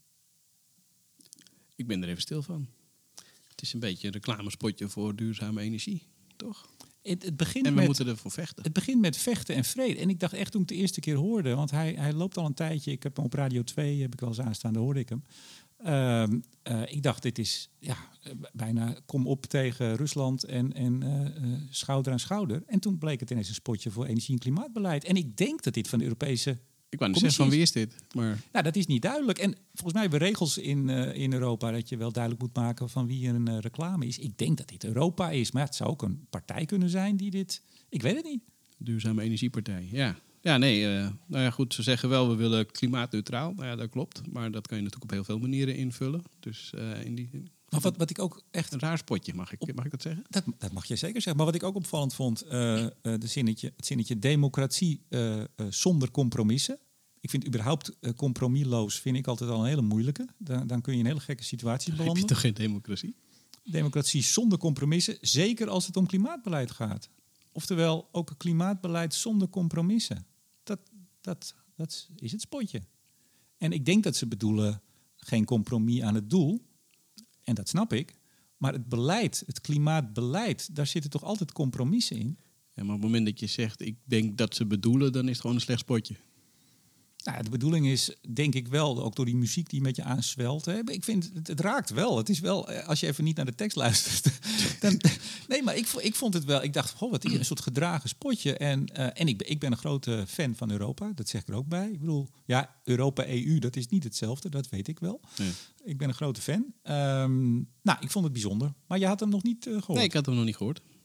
Ik ben er even stil van. Het is een beetje een reclamespotje voor duurzame energie, toch? Het begint en we moeten ervoor vechten. Het begint met vechten en vrede. En ik dacht echt toen ik de eerste keer hoorde... want hij loopt al een tijdje. Ik heb hem op Radio 2, heb ik wel eens aanstaan, daar hoorde ik hem. Ik dacht, dit is bijna kom op tegen Rusland en schouder aan schouder. En toen bleek het ineens een spotje voor energie- en klimaatbeleid. En ik denk dat dit van de Europese... Ik wou niet zeggen van wie is dit, maar... Nou, dat is niet duidelijk. En volgens mij hebben we regels in Europa... dat je wel duidelijk moet maken van wie een reclame is. Ik denk dat dit Europa is. Maar het zou ook een partij kunnen zijn die dit... Ik weet het niet. Duurzame Energiepartij, ja. Ja, nee. Goed, ze zeggen wel we willen klimaatneutraal. Nou ja, dat klopt. Maar dat kan je natuurlijk op heel veel manieren invullen. Dus Maar wat ik ook echt... Een raar spotje, mag ik dat zeggen? Dat mag je zeker zeggen. Maar wat ik ook opvallend vond... het zinnetje democratie zonder compromissen. Ik vind überhaupt compromisloos vind ik altijd al een hele moeilijke. Dan kun je in hele gekke situaties belanden. Heb je toch geen democratie? Democratie zonder compromissen. Zeker als het om klimaatbeleid gaat. Oftewel ook een klimaatbeleid zonder compromissen. Dat is het spotje. En ik denk dat ze bedoelen geen compromis aan het doel... En dat snap ik. Maar het beleid, het klimaatbeleid, daar zitten toch altijd compromissen in? Ja, maar op het moment dat je zegt, ik denk dat ze bedoelen, dan is het gewoon een slecht spotje. Nou, de bedoeling is, denk ik wel, ook door die muziek die met je aanswelt. Hè. Ik vind, het raakt wel. Het is wel, als je even niet naar de tekst luistert. Nee, maar ik vond het wel. Ik dacht, wat hier een soort gedragen spotje. En ik ben een grote fan van Europa. Dat zeg ik er ook bij. Ik bedoel, ja, Europa, EU, dat is niet hetzelfde. Dat weet ik wel. Nee. Ik ben een grote fan. Ik vond het bijzonder. Maar je had hem nog niet gehoord? Nee, ik had hem nog niet gehoord.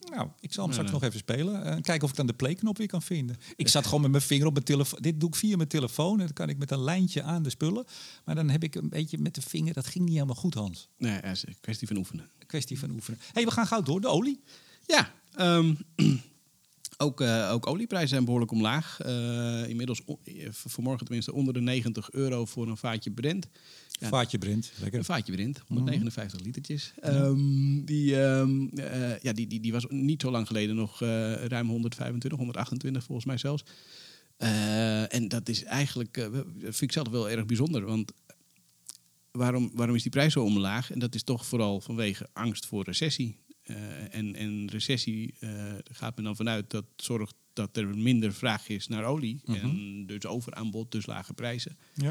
Nou, ik zal hem straks nog even spelen. Kijken of ik dan de playknop weer kan vinden. Ik zat gewoon met mijn vinger op mijn telefoon. Dit doe ik via mijn telefoon. En dan kan ik met een lijntje aan de spullen. Maar dan heb ik een beetje met de vinger. Dat ging niet helemaal goed, Hans. Nee, het is een kwestie van oefenen. Kwestie van oefenen. Hey, we gaan gauw door. De olie. Ja, ook olieprijzen zijn behoorlijk omlaag. Inmiddels vanmorgen tenminste onder de €90 voor een vaatje Brent. Ja, Vaatje Brent. Lekker. een vaatje Brent, 159 litertjes. Die was niet zo lang geleden nog ruim 125, 128 volgens mij zelfs. En dat is eigenlijk, vind ik zelf wel erg bijzonder. Want waarom is die prijs zo omlaag? En dat is toch vooral vanwege angst voor recessie. En recessie gaat men dan vanuit dat zorgt dat er minder vraag is naar olie. En dus overaanbod, dus lage prijzen. Ja.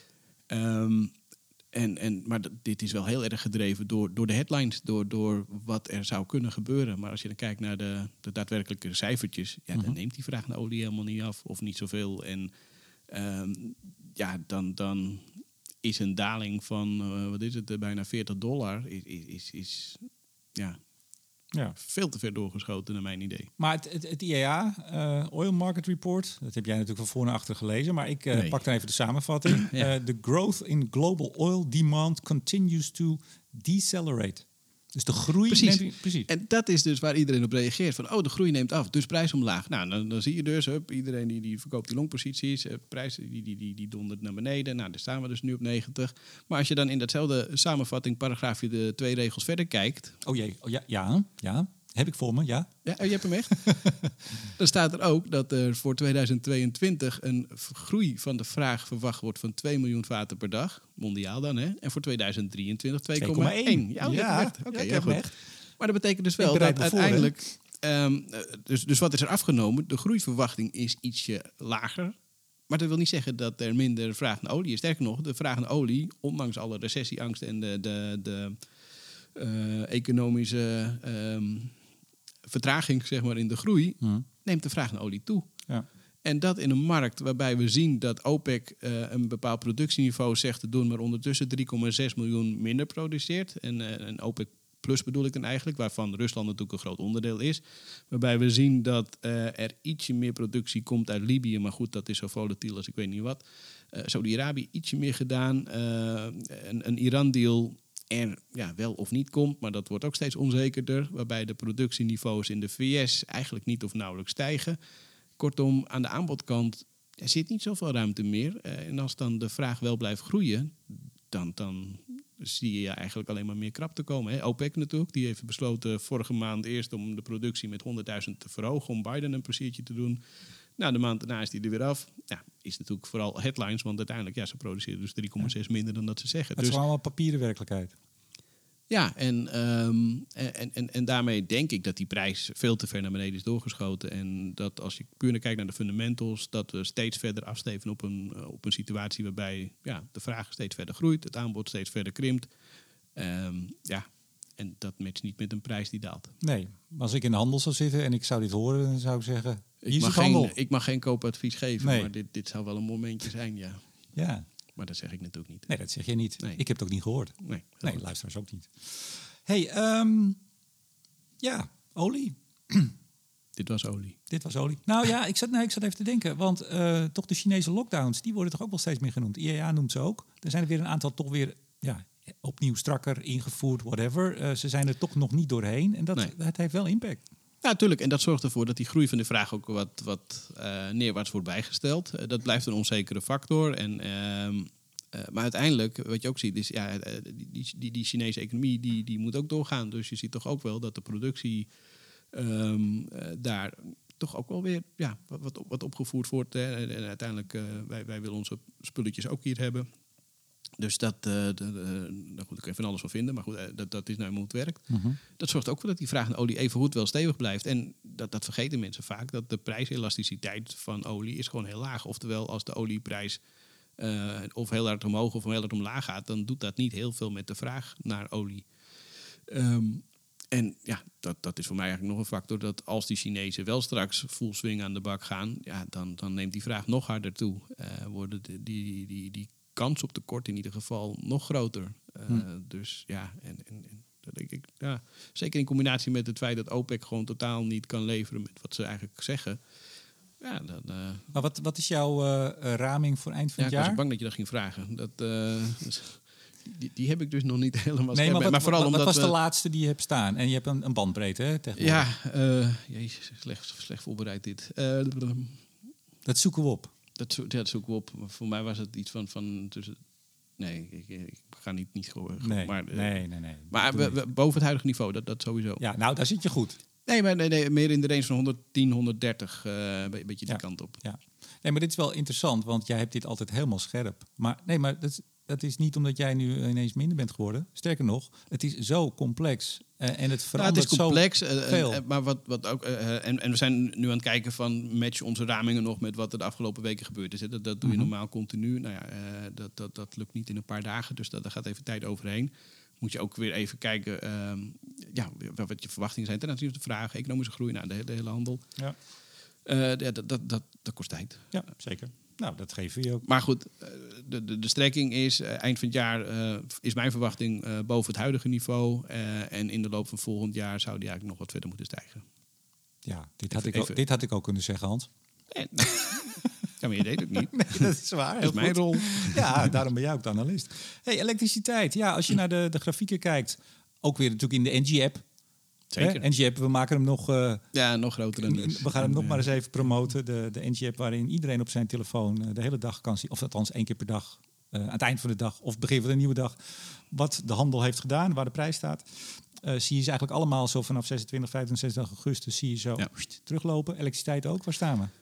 Maar dit is wel heel erg gedreven door de headlines, door wat er zou kunnen gebeuren. Maar als je dan kijkt naar de daadwerkelijke cijfertjes, dan neemt die vraag naar olie helemaal niet af of niet zoveel. En dan is een daling van, bijna $40 is veel te ver doorgeschoten naar mijn idee. Maar het IEA, Oil Market Report, dat heb jij natuurlijk van voor naar achter gelezen, maar ik pak dan even de samenvatting. The growth in global oil demand continues to decelerate. Dus de groei... Precies. En dat is dus waar iedereen op reageert. Van, de groei neemt af, dus prijs omlaag. Nou, dan zie je dus, iedereen die verkoopt die longposities. Prijs die dondert naar beneden. Nou, daar staan we dus nu op 90. Maar als je dan in datzelfde samenvatting, paragraafje, de 2 regels verder kijkt... Oh jee, ja. Heb ik voor me, ja. Ja, je hebt hem echt. Dan staat er ook dat er voor 2022 een groei van de vraag verwacht wordt van 2 miljoen vaten per dag. Mondiaal dan, hè? En voor 2023 2,1. Ja, ik heb hem echt. Maar dat betekent dus wel dat uiteindelijk... Dus wat is er afgenomen? De groeiverwachting is ietsje lager. Maar dat wil niet zeggen dat er minder vraag naar olie is. Sterker nog, de vraag naar olie, ondanks alle recessieangst en de economische... vertraging zeg maar, in de groei, neemt de vraag naar olie toe. Ja. En dat in een markt waarbij we zien dat OPEC een bepaald productieniveau zegt te doen, maar ondertussen 3,6 miljoen minder produceert. En OPEC Plus bedoel ik dan eigenlijk, waarvan Rusland natuurlijk een groot onderdeel is. Waarbij we zien dat er ietsje meer productie komt uit Libië, maar goed, dat is zo volatiel als ik weet niet wat. Saudi-Arabië ietsje meer gedaan. Een Iran-deal er wel of niet komt, maar dat wordt ook steeds onzekerder. Waarbij de productieniveaus in de VS eigenlijk niet of nauwelijks stijgen. Kortom, aan de aanbodkant zit niet zoveel ruimte meer. En als dan de vraag wel blijft groeien, dan zie je eigenlijk alleen maar meer krapte komen. Hè? OPEC natuurlijk, die heeft besloten vorige maand eerst om de productie met 100.000 te verhogen, om Biden een pleziertje te doen. Nou, de maand daarna is die er weer af. Ja, is natuurlijk vooral headlines, want uiteindelijk, ze produceren dus 3,6 minder dan dat ze zeggen. Het is gewoon allemaal papieren werkelijkheid. Ja, en daarmee denk ik dat die prijs veel te ver naar beneden is doorgeschoten. En dat als je puur kijkt naar de fundamentals, dat we steeds verder afsteven op een situatie waarbij de vraag steeds verder groeit, het aanbod steeds verder krimpt. En dat matcht niet met een prijs die daalt. Nee, als ik in de handel zou zitten en ik zou dit horen, dan zou ik zeggen, ik mag geen koopadvies geven, nee. Maar dit zou wel een momentje zijn, ja. Ja. Maar dat zeg ik natuurlijk niet. Nee, dat zeg je niet. Nee. Ik heb het ook niet gehoord. Nee, luisteraars ook niet. Hey, olie. Dit was olie. Nou ja, ik zat even te denken. Want toch de Chinese lockdowns, die worden toch ook wel steeds meer genoemd. IEA noemt ze ook. Er zijn er weer een aantal toch weer opnieuw strakker ingevoerd, whatever. Ze zijn er toch nog niet doorheen. En dat heeft wel impact. Ja, natuurlijk. En dat zorgt ervoor dat die groei van de vraag ook wat neerwaarts wordt bijgesteld. Dat blijft een onzekere factor. Maar uiteindelijk, wat je ook ziet, is die Chinese economie die moet ook doorgaan. Dus je ziet toch ook wel dat de productie daar toch ook wel weer wat opgevoerd wordt. En uiteindelijk, wij willen onze spulletjes ook hier hebben. Dus daar kan je van alles van vinden, maar goed, dat is nou hoe het werkt. Dat zorgt ook voor dat die vraag naar olie even goed wel stevig blijft. En dat vergeten mensen vaak, dat de prijselasticiteit van olie is gewoon heel laag. Oftewel, als de olieprijs of heel hard omhoog of heel hard omlaag gaat, dan doet dat niet heel veel met de vraag naar olie. Dat is voor mij eigenlijk nog een factor dat als die Chinezen wel straks full swing aan de bak gaan, dan neemt die vraag nog harder toe. Worden die kans op tekort in ieder geval nog groter. Dus Zeker in combinatie met het feit dat OPEC gewoon totaal niet kan leveren met wat ze eigenlijk zeggen. Ja, dan, Maar wat is jouw raming voor eind van het ik was jaar? ook bang dat je dat ging vragen. Die heb ik dus nog niet helemaal Nee, scherp. maar vooral wat omdat was we- de laatste die je hebt staan? En je hebt een bandbreedte, hè, tegenwoordig. Ja, jezus, slecht voorbereid dit. Dat zoeken we op. Dat zoeken we op. Maar voor mij was het iets van tussen... Nee, ik ga niet gewoon... Nee, maar nee. maar Doe niet. boven het huidige niveau, dat sowieso. Ja, nou, daar zit je goed. Nee, maar meer in de range van 110, 130. Een beetje die Ja. kant op. Ja. Nee, maar dit is wel interessant, want jij hebt dit altijd helemaal scherp. Maar dat is niet omdat jij nu ineens minder bent geworden. Sterker nog, het is zo complex en het Het verandert is complex, zo veel. maar wat ook... en we zijn nu aan het kijken van... matchen onze ramingen nog met wat er de afgelopen weken gebeurd is. Hè. Dat doe je normaal continu. Nou ja, dat lukt niet in een paar dagen, dus daar gaat even tijd overheen. Moet je ook weer even kijken wat je verwachtingen zijn ten aanzien van de vragen. Economische groei, de hele handel. Ja. Dat kost tijd. Ja, zeker. Nou, dat geven we je ook. Maar goed, de strekking is... eind van het jaar is mijn verwachting boven het huidige niveau. En in de loop van volgend jaar zou die eigenlijk nog wat verder moeten stijgen. Ja, Even- dit had ik ook kunnen zeggen, Hans. Ja, maar je deed het niet. Nee, dat is waar. Dat is mijn rol. Ja, daarom ben jij ook de analist. Hey, elektriciteit. Ja, als je naar de grafieken kijkt, ook weer natuurlijk in de NG-app. Zeker. Hè? NG-app, we maken hem nog... Ja, nog groter dan dit. We gaan hem nog maar eens even promoten. De NG-app waarin iedereen op zijn telefoon de hele dag kan zien. Of althans 1 keer per dag. Aan het eind van de dag of begin van de nieuwe dag. Wat de handel heeft gedaan, waar de prijs staat. Zie je ze eigenlijk allemaal zo vanaf 26, 25 augustus zie je zo teruglopen. Elektriciteit ook. Waar staan we?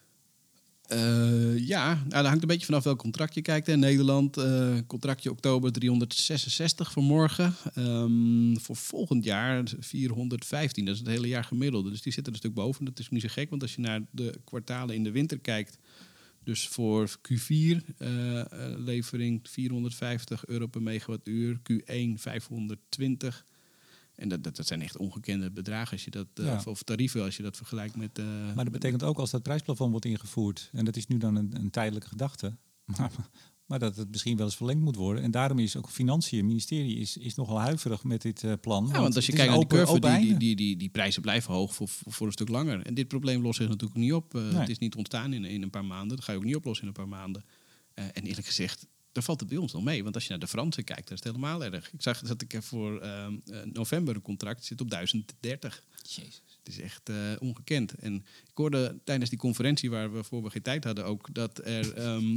Dat hangt een beetje vanaf welk contract je kijkt. In Nederland, contractje oktober 366 voor morgen. Voor volgend jaar 415. Dat is het hele jaar gemiddelde. Dus die zitten er een stuk boven. Dat is niet zo gek, want als je naar de kwartalen in de winter kijkt... Dus voor Q4 levering €450 per megawattuur. Q1 520. En dat zijn echt ongekende bedragen als je dat, of tarieven als je dat vergelijkt met... Maar dat betekent ook als dat prijsplafond wordt ingevoerd. En dat is nu dan een tijdelijke gedachte. Maar dat het misschien wel eens verlengd moet worden. En daarom is ook financiën, het ministerie is nogal huiverig met dit plan. Ja, want als je kijkt naar de curve, die prijzen blijven hoog voor een stuk langer. En dit probleem lost zich natuurlijk niet op. Het is niet ontstaan in een paar maanden. Dat ga je ook niet oplossen in een paar maanden. En eerlijk gezegd, daar valt het bij ons nog mee. Want als je naar de Fransen kijkt, dan is het helemaal erg. Ik zag dat ik voor november een contract zit op 1030. Jezus. Het is echt ongekend. En ik hoorde tijdens die conferentie waarvoor we geen tijd hadden ook... dat er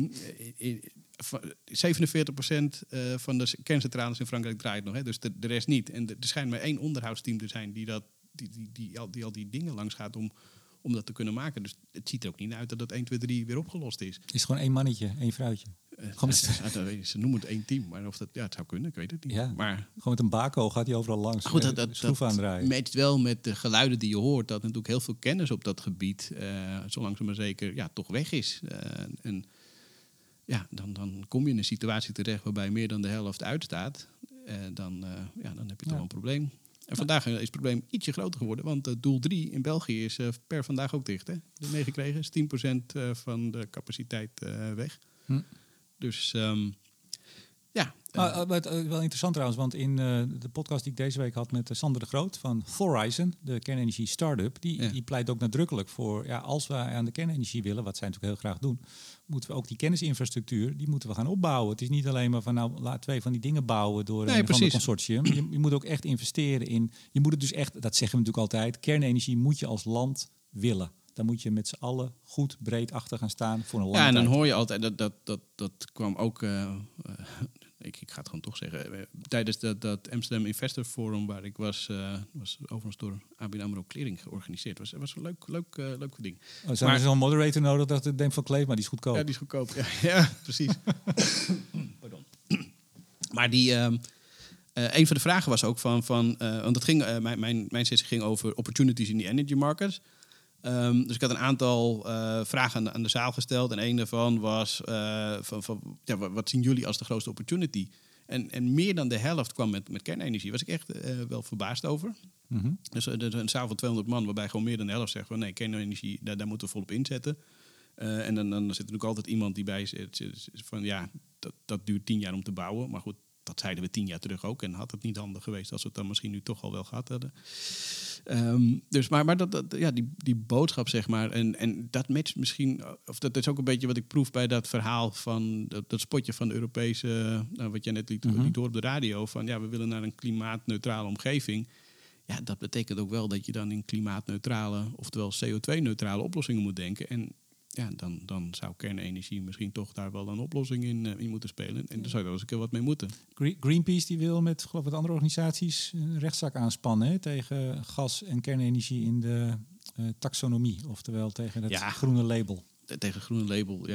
47% van de kerncentrales in Frankrijk draait nog. Hè? Dus de rest niet. En er schijnt maar 1 onderhoudsteam te zijn die al die dingen langs gaat om dat te kunnen maken. Dus het ziet er ook niet uit dat 1, 2, 3 weer opgelost is. Is gewoon 1 mannetje, 1 vrouwtje. Ze noemen het 1 team, maar of dat, het zou kunnen, ik weet het niet. Ja. Maar Gewoon met een bako gaat hij overal langs. goed, schroef aandraaien. matcht wel met de geluiden die je hoort. Dat natuurlijk heel veel kennis op dat gebied, zo langzaam maar zeker, toch weg is. En dan kom je in een situatie terecht waarbij meer dan de helft uitstaat. Dan heb je toch wel een probleem. En vandaag is het probleem ietsje groter geworden. Want doel 3 in België is per vandaag ook dicht. Hè? De meegekregen is 10% van de capaciteit weg. Dus wel interessant trouwens, want in de podcast die ik deze week had met Sander de Groot van Thorizon, de kernenergie start-up, die pleit ook nadrukkelijk voor, als we aan de kernenergie willen, wat zij natuurlijk heel graag doen, moeten we ook die kennisinfrastructuur, die moeten we gaan opbouwen. Het is niet alleen maar van, laat 2 van die dingen bouwen door een van de consortium. Je moet ook echt investeren in, je moet het dus echt, dat zeggen we natuurlijk altijd, kernenergie moet je als land willen. Daar moet je met z'n allen goed breed achter gaan staan voor een lange en dan tijd. hoor je altijd, dat kwam ook, ik ga het gewoon toch zeggen, tijdens dat Amsterdam Investor Forum waar ik was overigens door ABN AMRO Clearing georganiseerd. Het was een leuk ding. Zijn er zo'n moderator nodig dat het denkt van Kleef, maar die is goedkoop. Ja, die is goedkoop. Ja, precies. Pardon. Maar die... een van de vragen was ook want dat ging, mijn sessie ging over opportunities in die energy markets. Dus ik had een aantal vragen aan de zaal gesteld. En een daarvan was, wat zien jullie als de grootste opportunity? En meer dan de helft kwam met kernenergie. Daar was ik echt wel verbaasd over. Mm-hmm. Dus een zaal van 200 man, waarbij gewoon meer dan de helft zegt van nee, kernenergie, daar moeten we volop inzetten. En dan zit er natuurlijk altijd iemand die bij zit van dat duurt 10 jaar om te bouwen. Maar goed, dat zeiden we 10 jaar terug ook. En had het niet handig geweest als we het dan misschien nu toch al wel gehad hadden. Dus maar die boodschap, zeg maar. En dat matcht misschien... Of dat is ook een beetje wat ik proef bij dat verhaal van... Dat spotje van de Europese... wat jij net liet horen op de radio. Van we willen naar een klimaatneutrale omgeving. Ja, dat betekent ook wel dat je dan in klimaatneutrale... oftewel CO2-neutrale oplossingen moet denken. En ja, dan zou kernenergie misschien toch daar wel een oplossing in moeten spelen. En daar zou je wel eens een keer wat mee moeten. Greenpeace die wil met, geloof ik, wat andere organisaties een rechtszaak aanspannen, hè, tegen gas- en kernenergie in de taxonomie. Oftewel tegen het groene label. Tegen groene label,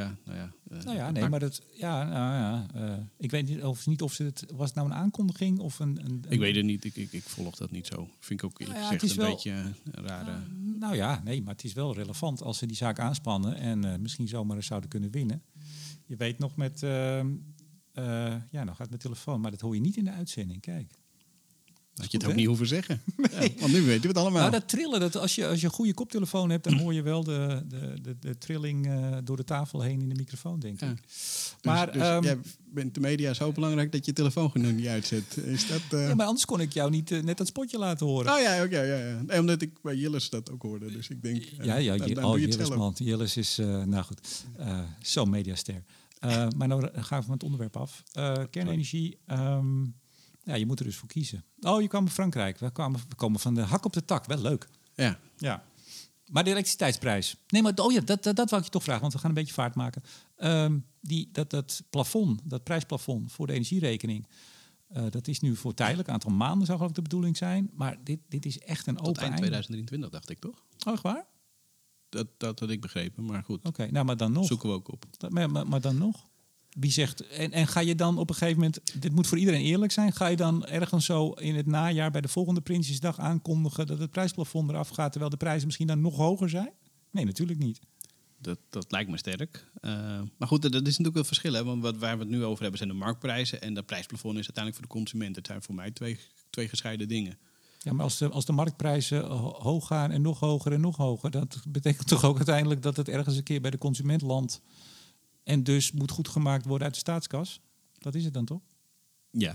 Ik weet niet of ze het... Was het nou een aankondiging of een... Ik weet het niet. Ik volg dat niet zo. Vind ik ook eerlijk gezegd een beetje een rare... maar het is wel relevant als ze die zaak aanspannen en misschien zomaar eens zouden kunnen winnen. Je weet nog met... nou gaat mijn telefoon, maar dat hoor je niet in de uitzending. Kijk. Had je het ook niet hoeven zeggen. Nee. Ja, want nu weten we het allemaal. Nou, dat trillen, als je een goede koptelefoon hebt, dan hoor je wel de trilling door de tafel heen in de microfoon, denk ik. Maar jij bent de media zo belangrijk dat je telefoon gewoon niet uitzet. Is dat, Ja, maar anders kon ik jou niet net dat spotje laten horen. Oh ja, oké. Nee, omdat ik bij Jillis dat ook hoorde. Dus ik denk, Jillis, man. Jillis is, zo'n mediaster. Maar nou gaan we van het onderwerp af. Kernenergie... je moet er dus voor kiezen. Oh, je kwam van Frankrijk. We komen van de hak op de tak. Wel leuk. Ja. Maar de elektriciteitsprijs. Nee, maar dat wou ik je toch vragen, want we gaan een beetje vaart maken. Dat plafond, dat prijsplafond voor de energierekening, dat is nu voor tijdelijk. Een aantal maanden zou geloof ik de bedoeling zijn. Maar dit is echt een open tot eind 2023, dacht ik, toch? Oh, echt waar? Dat had ik begrepen, maar goed. Oké, nou, maar dan nog. Zoeken we ook op. Maar dan nog? Wie zegt, en ga je dan op een gegeven moment, dit moet voor iedereen eerlijk zijn, ga je dan ergens zo in het najaar bij de volgende Prinsjesdag aankondigen dat het prijsplafond eraf gaat, terwijl de prijzen misschien dan nog hoger zijn? Nee, natuurlijk niet. Dat lijkt me sterk. Maar goed, dat is natuurlijk wel verschil. Hè? Want waar we het nu over hebben zijn de marktprijzen. En dat prijsplafond is uiteindelijk voor de consument. Het zijn voor mij twee gescheiden dingen. Ja, maar als de marktprijzen hoog gaan en nog hoger, dat betekent toch ook uiteindelijk dat het ergens een keer bij de consument landt. En dus moet goed gemaakt worden uit de staatskas. Dat is het dan toch? Ja,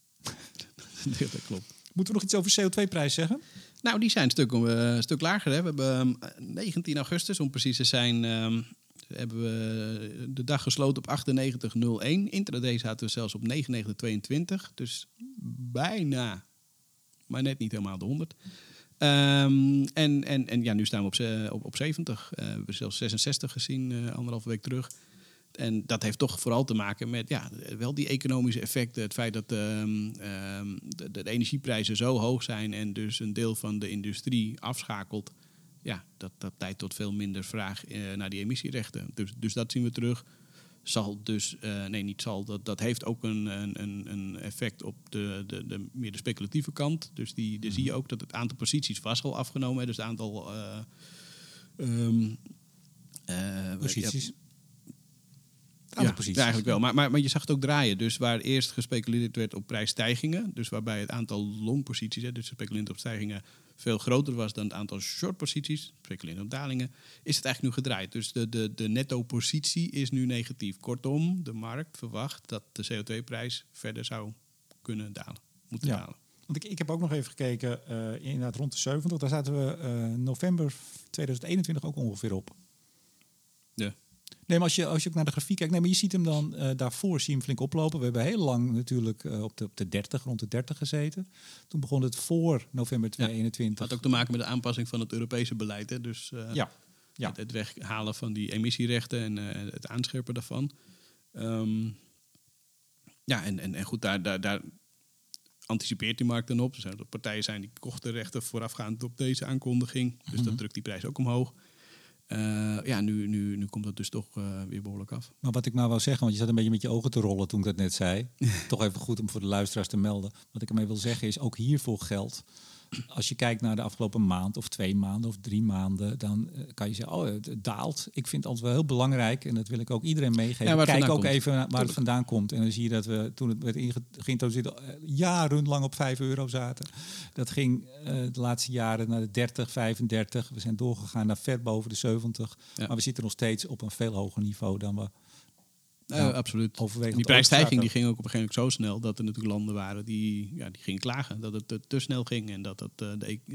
dat klopt. Moeten we nog iets over CO2-prijs zeggen? Nou, die zijn een stuk lager. Hè. We hebben 19 augustus, om precies te zijn, hebben we de dag gesloten op 98,01. Intraday zaten we zelfs op 99,22. Dus bijna, maar net niet helemaal de 100. Nu staan we op 70. We hebben zelfs 66 gezien, 1,5 week terug. En dat heeft toch vooral te maken met wel die economische effecten. Het feit dat de energieprijzen zo hoog zijn en dus een deel van de industrie afschakelt. Ja, dat leidt tot veel minder vraag naar die emissierechten. Dus dat zien we terug. Dat heeft ook een effect op de meer de speculatieve kant. Dus daar zie je ook dat het aantal posities was al afgenomen. Dus het aantal posities. Ja, eigenlijk wel. Maar je zag het ook draaien. Dus waar eerst gespeculeerd werd op prijsstijgingen, dus waarbij het aantal longposities, dus speculeren op stijgingen, veel groter was dan het aantal shortposities, speculeren op dalingen, is het eigenlijk nu gedraaid. Dus de netto-positie is nu negatief. Kortom, de markt verwacht dat de CO2-prijs verder zou kunnen dalen, moeten dalen. Want ik heb ook nog even gekeken, inderdaad rond de 70. Daar zaten we november 2021 ook ongeveer op. Ja. Nee, maar als je ook naar de grafiek kijkt, maar je ziet hem dan daarvoor zie je hem flink oplopen. We hebben heel lang natuurlijk op de 30, rond de 30 gezeten. Toen begon het voor november 2021. Dat had ook te maken met de aanpassing van het Europese beleid. Hè? Dus het weghalen van die emissierechten en het aanscherpen daarvan. En goed, daar anticipeert die markt dan op. Er zijn partijen zijn die kochten rechten voorafgaand op deze aankondiging. Dus dat drukt die prijs ook omhoog. Nu komt dat dus toch weer behoorlijk af. Maar wat ik nou wou zeggen, want je zat een beetje met je ogen te rollen toen ik dat net zei. Toch even goed om voor de luisteraars te melden. Wat ik ermee wil zeggen is, ook hiervoor geldt. Als je kijkt naar de afgelopen maand of 2 maanden of 3 maanden, dan kan je zeggen, het daalt. Ik vind het altijd wel heel belangrijk, en dat wil ik ook iedereen meegeven. Kijk ook even waar het vandaan komt. En dan zie je dat we, toen het werd geïntroduceerd, jarenlang op €5 zaten. Dat ging de laatste jaren naar de 30, 35. We zijn doorgegaan naar ver boven de 70. Ja. Maar we zitten nog steeds op een veel hoger niveau dan we absoluut. Overwegend Die prijsstijging die Oost-Zuid ging ook op een gegeven moment zo snel dat er natuurlijk landen waren die gingen klagen. Dat het te snel ging en dat het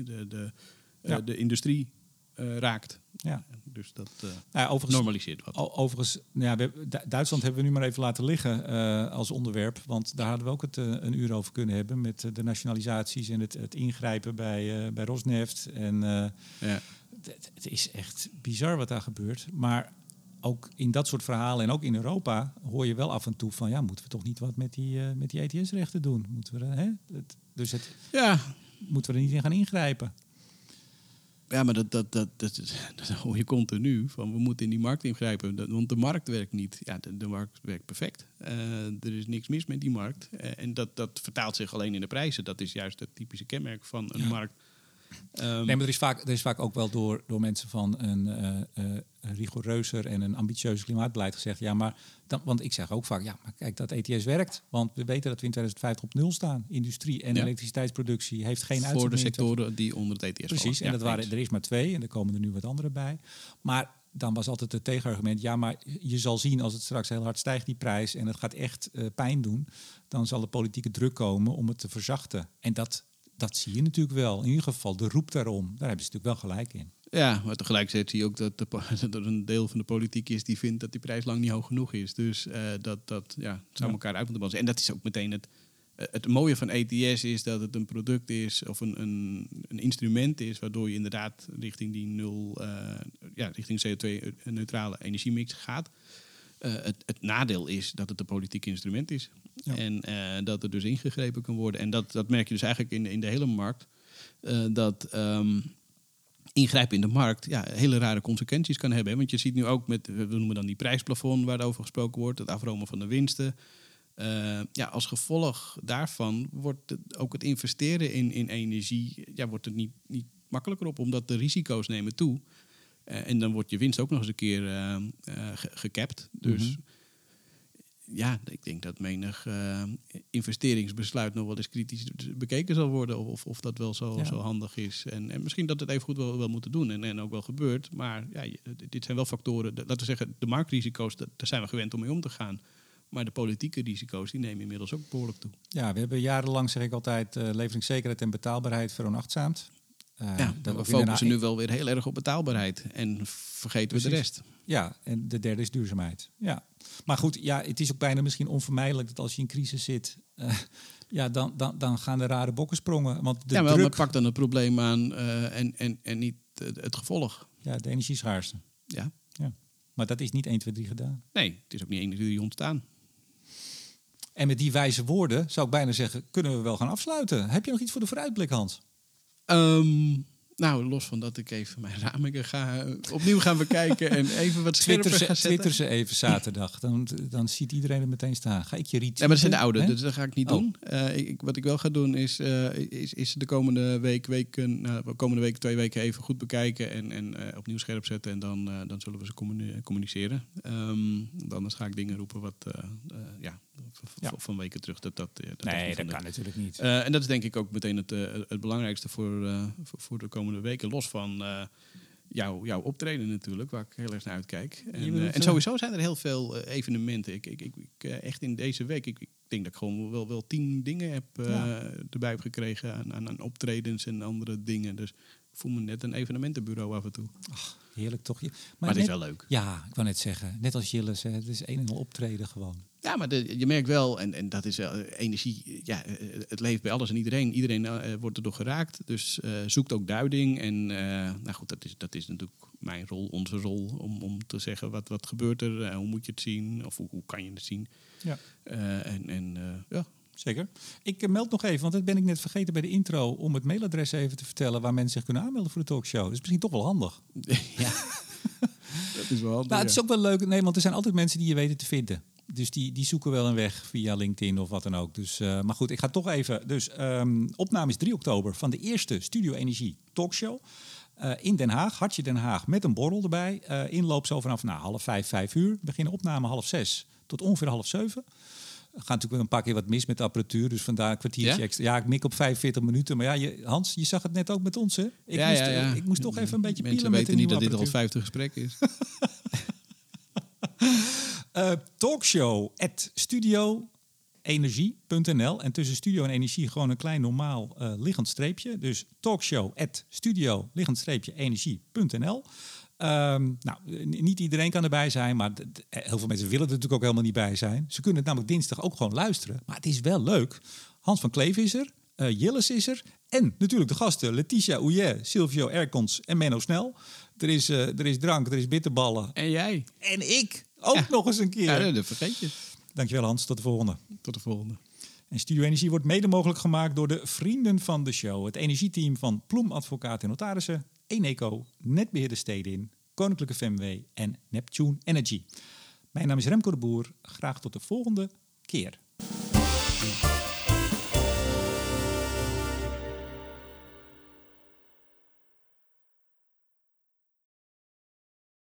de industrie raakt. Ja. Dus dat normaliseert wat. Overigens, Duitsland hebben we nu maar even laten liggen als onderwerp. Want daar hadden we ook een uur over kunnen hebben met de nationalisaties en het ingrijpen bij Rosneft. En het is echt bizar wat daar gebeurt. Maar ook in dat soort verhalen en ook in Europa hoor je wel af en toe van moeten we toch niet wat met die ETS-rechten doen? Moeten we moeten we er niet in gaan ingrijpen? Ja, maar dat hoor je continu. Van we moeten in die markt ingrijpen. Want de markt werkt niet. Ja, de markt werkt perfect. Er is niks mis met die markt. En dat vertaalt zich alleen in de prijzen. Dat is juist het typische kenmerk van een markt. Nee, maar er is vaak ook wel door mensen van een rigoureuzer en een ambitieuzer klimaatbeleid gezegd. Want ik zeg ook vaak, maar kijk, dat ETS werkt. Want we weten dat we in 2050 op nul staan. Industrie en elektriciteitsproductie heeft geen uitzet. Voor de sectoren die onder het ETS Precies, vallen. En er is maar 2 en er komen er nu wat andere bij. Maar dan was altijd het tegenargument, maar je zal zien als het straks heel hard stijgt, die prijs, en het gaat echt pijn doen, dan zal de politieke druk komen om het te verzachten. En dat zie je natuurlijk wel. In ieder geval, de roep daarom. Daar hebben ze natuurlijk wel gelijk in. Ja, maar tegelijkertijd zie je ook dat er een deel van de politiek is die vindt dat die prijs lang niet hoog genoeg is. Dus het zou elkaar uit moeten balansen. En dat is ook meteen het mooie van ETS is dat het een product is of een instrument is waardoor je inderdaad richting die richting CO2-neutrale energiemix gaat. Het nadeel is dat het een politiek instrument is. Ja. En dat er dus ingegrepen kan worden. En dat merk je dus eigenlijk in de hele markt. Dat ingrijpen in de markt hele rare consequenties kan hebben. Hè? Want je ziet nu ook we noemen dan die prijsplafond waar over gesproken wordt. Het afromen van de winsten. Als gevolg daarvan wordt ook het investeren in energie wordt het niet makkelijker op. Omdat de risico's nemen toe. En dan wordt je winst ook nog eens een keer gecapt. Dus ik denk dat menig investeringsbesluit nog wel eens kritisch bekeken zal worden. Of dat wel zo handig is. En misschien dat het even goed wel moeten doen. En ook wel gebeurt. Maar dit zijn wel factoren. Laten we zeggen, de marktrisico's, daar zijn we gewend om mee om te gaan. Maar de politieke risico's, die nemen inmiddels ook behoorlijk toe. Ja, we hebben jarenlang, zeg ik altijd, leveringszekerheid en betaalbaarheid veronachtzaamd. We focussen nu wel weer heel erg op betaalbaarheid en vergeten we de rest. Ja, en de derde is duurzaamheid. Ja. Maar goed, het is ook bijna misschien onvermijdelijk dat als je in crisis zit, dan gaan de rare bokken sprongen. Want de druk... maar pak dan het probleem aan en niet het gevolg. Ja, de energieschaarste. Ja. Maar dat is niet 1, 2, 3 gedaan. Nee, het is ook niet 1, 2, 3 ontstaan. En met die wijze woorden zou ik bijna zeggen, kunnen we wel gaan afsluiten. Heb je nog iets voor de vooruitblik, Hans? Los van dat ik even mijn ramingen opnieuw gaan bekijken en even wat scherper ga zetten. Twitter ze even zaterdag. Dan ziet iedereen het meteen staan. Ga ik je retweeten? Ja, maar dat zijn de oude, dus dat ga ik niet doen. Wat ik wel ga doen is de komende week 2 weken even goed bekijken en opnieuw scherp zetten. En dan zullen we ze communiceren. Anders ga ik dingen roepen wat van weken terug. Dat kan natuurlijk niet. En dat is denk ik ook meteen het belangrijkste voor de komende weken. Los van jouw optreden natuurlijk, waar ik heel erg naar uitkijk. En sowieso zijn er heel veel evenementen. Ik echt in deze week, ik denk dat ik gewoon wel 10 dingen heb erbij heb gekregen aan optredens en andere dingen. Dus ik voel me net een evenementenbureau af en toe. Ach, heerlijk toch? Maar het is wel leuk. Ja, ik wou net zeggen. Net als Jilles, het is een en al optreden gewoon. Ja, maar je merkt wel, en dat is wel energie, het leeft bij alles en iedereen. Iedereen wordt erdoor geraakt, dus zoekt ook duiding. En dat is natuurlijk mijn rol, onze rol, om te zeggen wat gebeurt er, hoe moet je het zien, of hoe kan je het zien. Ja. Zeker. Ik meld nog even, want dat ben ik net vergeten bij de intro, om het mailadres even te vertellen waar mensen zich kunnen aanmelden voor de talkshow. Dat is misschien toch wel handig. Ja, dat is wel handig. Maar het is ook wel leuk, want er zijn altijd mensen die je weten te vinden. Dus die zoeken wel een weg via LinkedIn of wat dan ook. Dus, maar goed, ik ga toch even. Dus opname is 3 oktober van de eerste Studio Energie talkshow. In Den Haag, Hartje Den Haag, met een borrel erbij. Inloop zo vanaf 4:30, 5 uur. Beginnen opname 6:30 tot ongeveer 6:30. Er gaat natuurlijk wel een paar keer wat mis met de apparatuur. Dus vandaar een kwartiertje extra. Ja, ik mik op 45 minuten. Maar Hans, je zag het net ook met ons, hè? Ik moest toch even een beetje pielen met de nieuwe apparatuur. Mensen weten niet dat dit al het 50 gesprek is. Talkshow@studioenergie.nl. En tussen studio en energie gewoon een klein normaal liggend streepje. Dus talkshow@studio-energie.nl. Niet iedereen kan erbij zijn, maar heel veel mensen willen er natuurlijk ook helemaal niet bij zijn. Ze kunnen het namelijk dinsdag ook gewoon luisteren. Maar het is wel leuk. Hans van Kleef is er, Jilles is er en natuurlijk de gasten Letitia Ouillet, Silvio Erkons en Menno Snel. Er is drank, er is bitterballen. En jij. En ik ook nog eens een keer. Ja, dat vergeet je. Dankjewel Hans, tot de volgende. Tot de volgende. En Studio Energie wordt mede mogelijk gemaakt door de vrienden van de show. Het energieteam van Ploem Advocaat en Notarissen, Eneco, Netbeheerder Stedin, Koninklijke FMW en Neptune Energy. Mijn naam is Remco de Boer. Graag tot de volgende keer.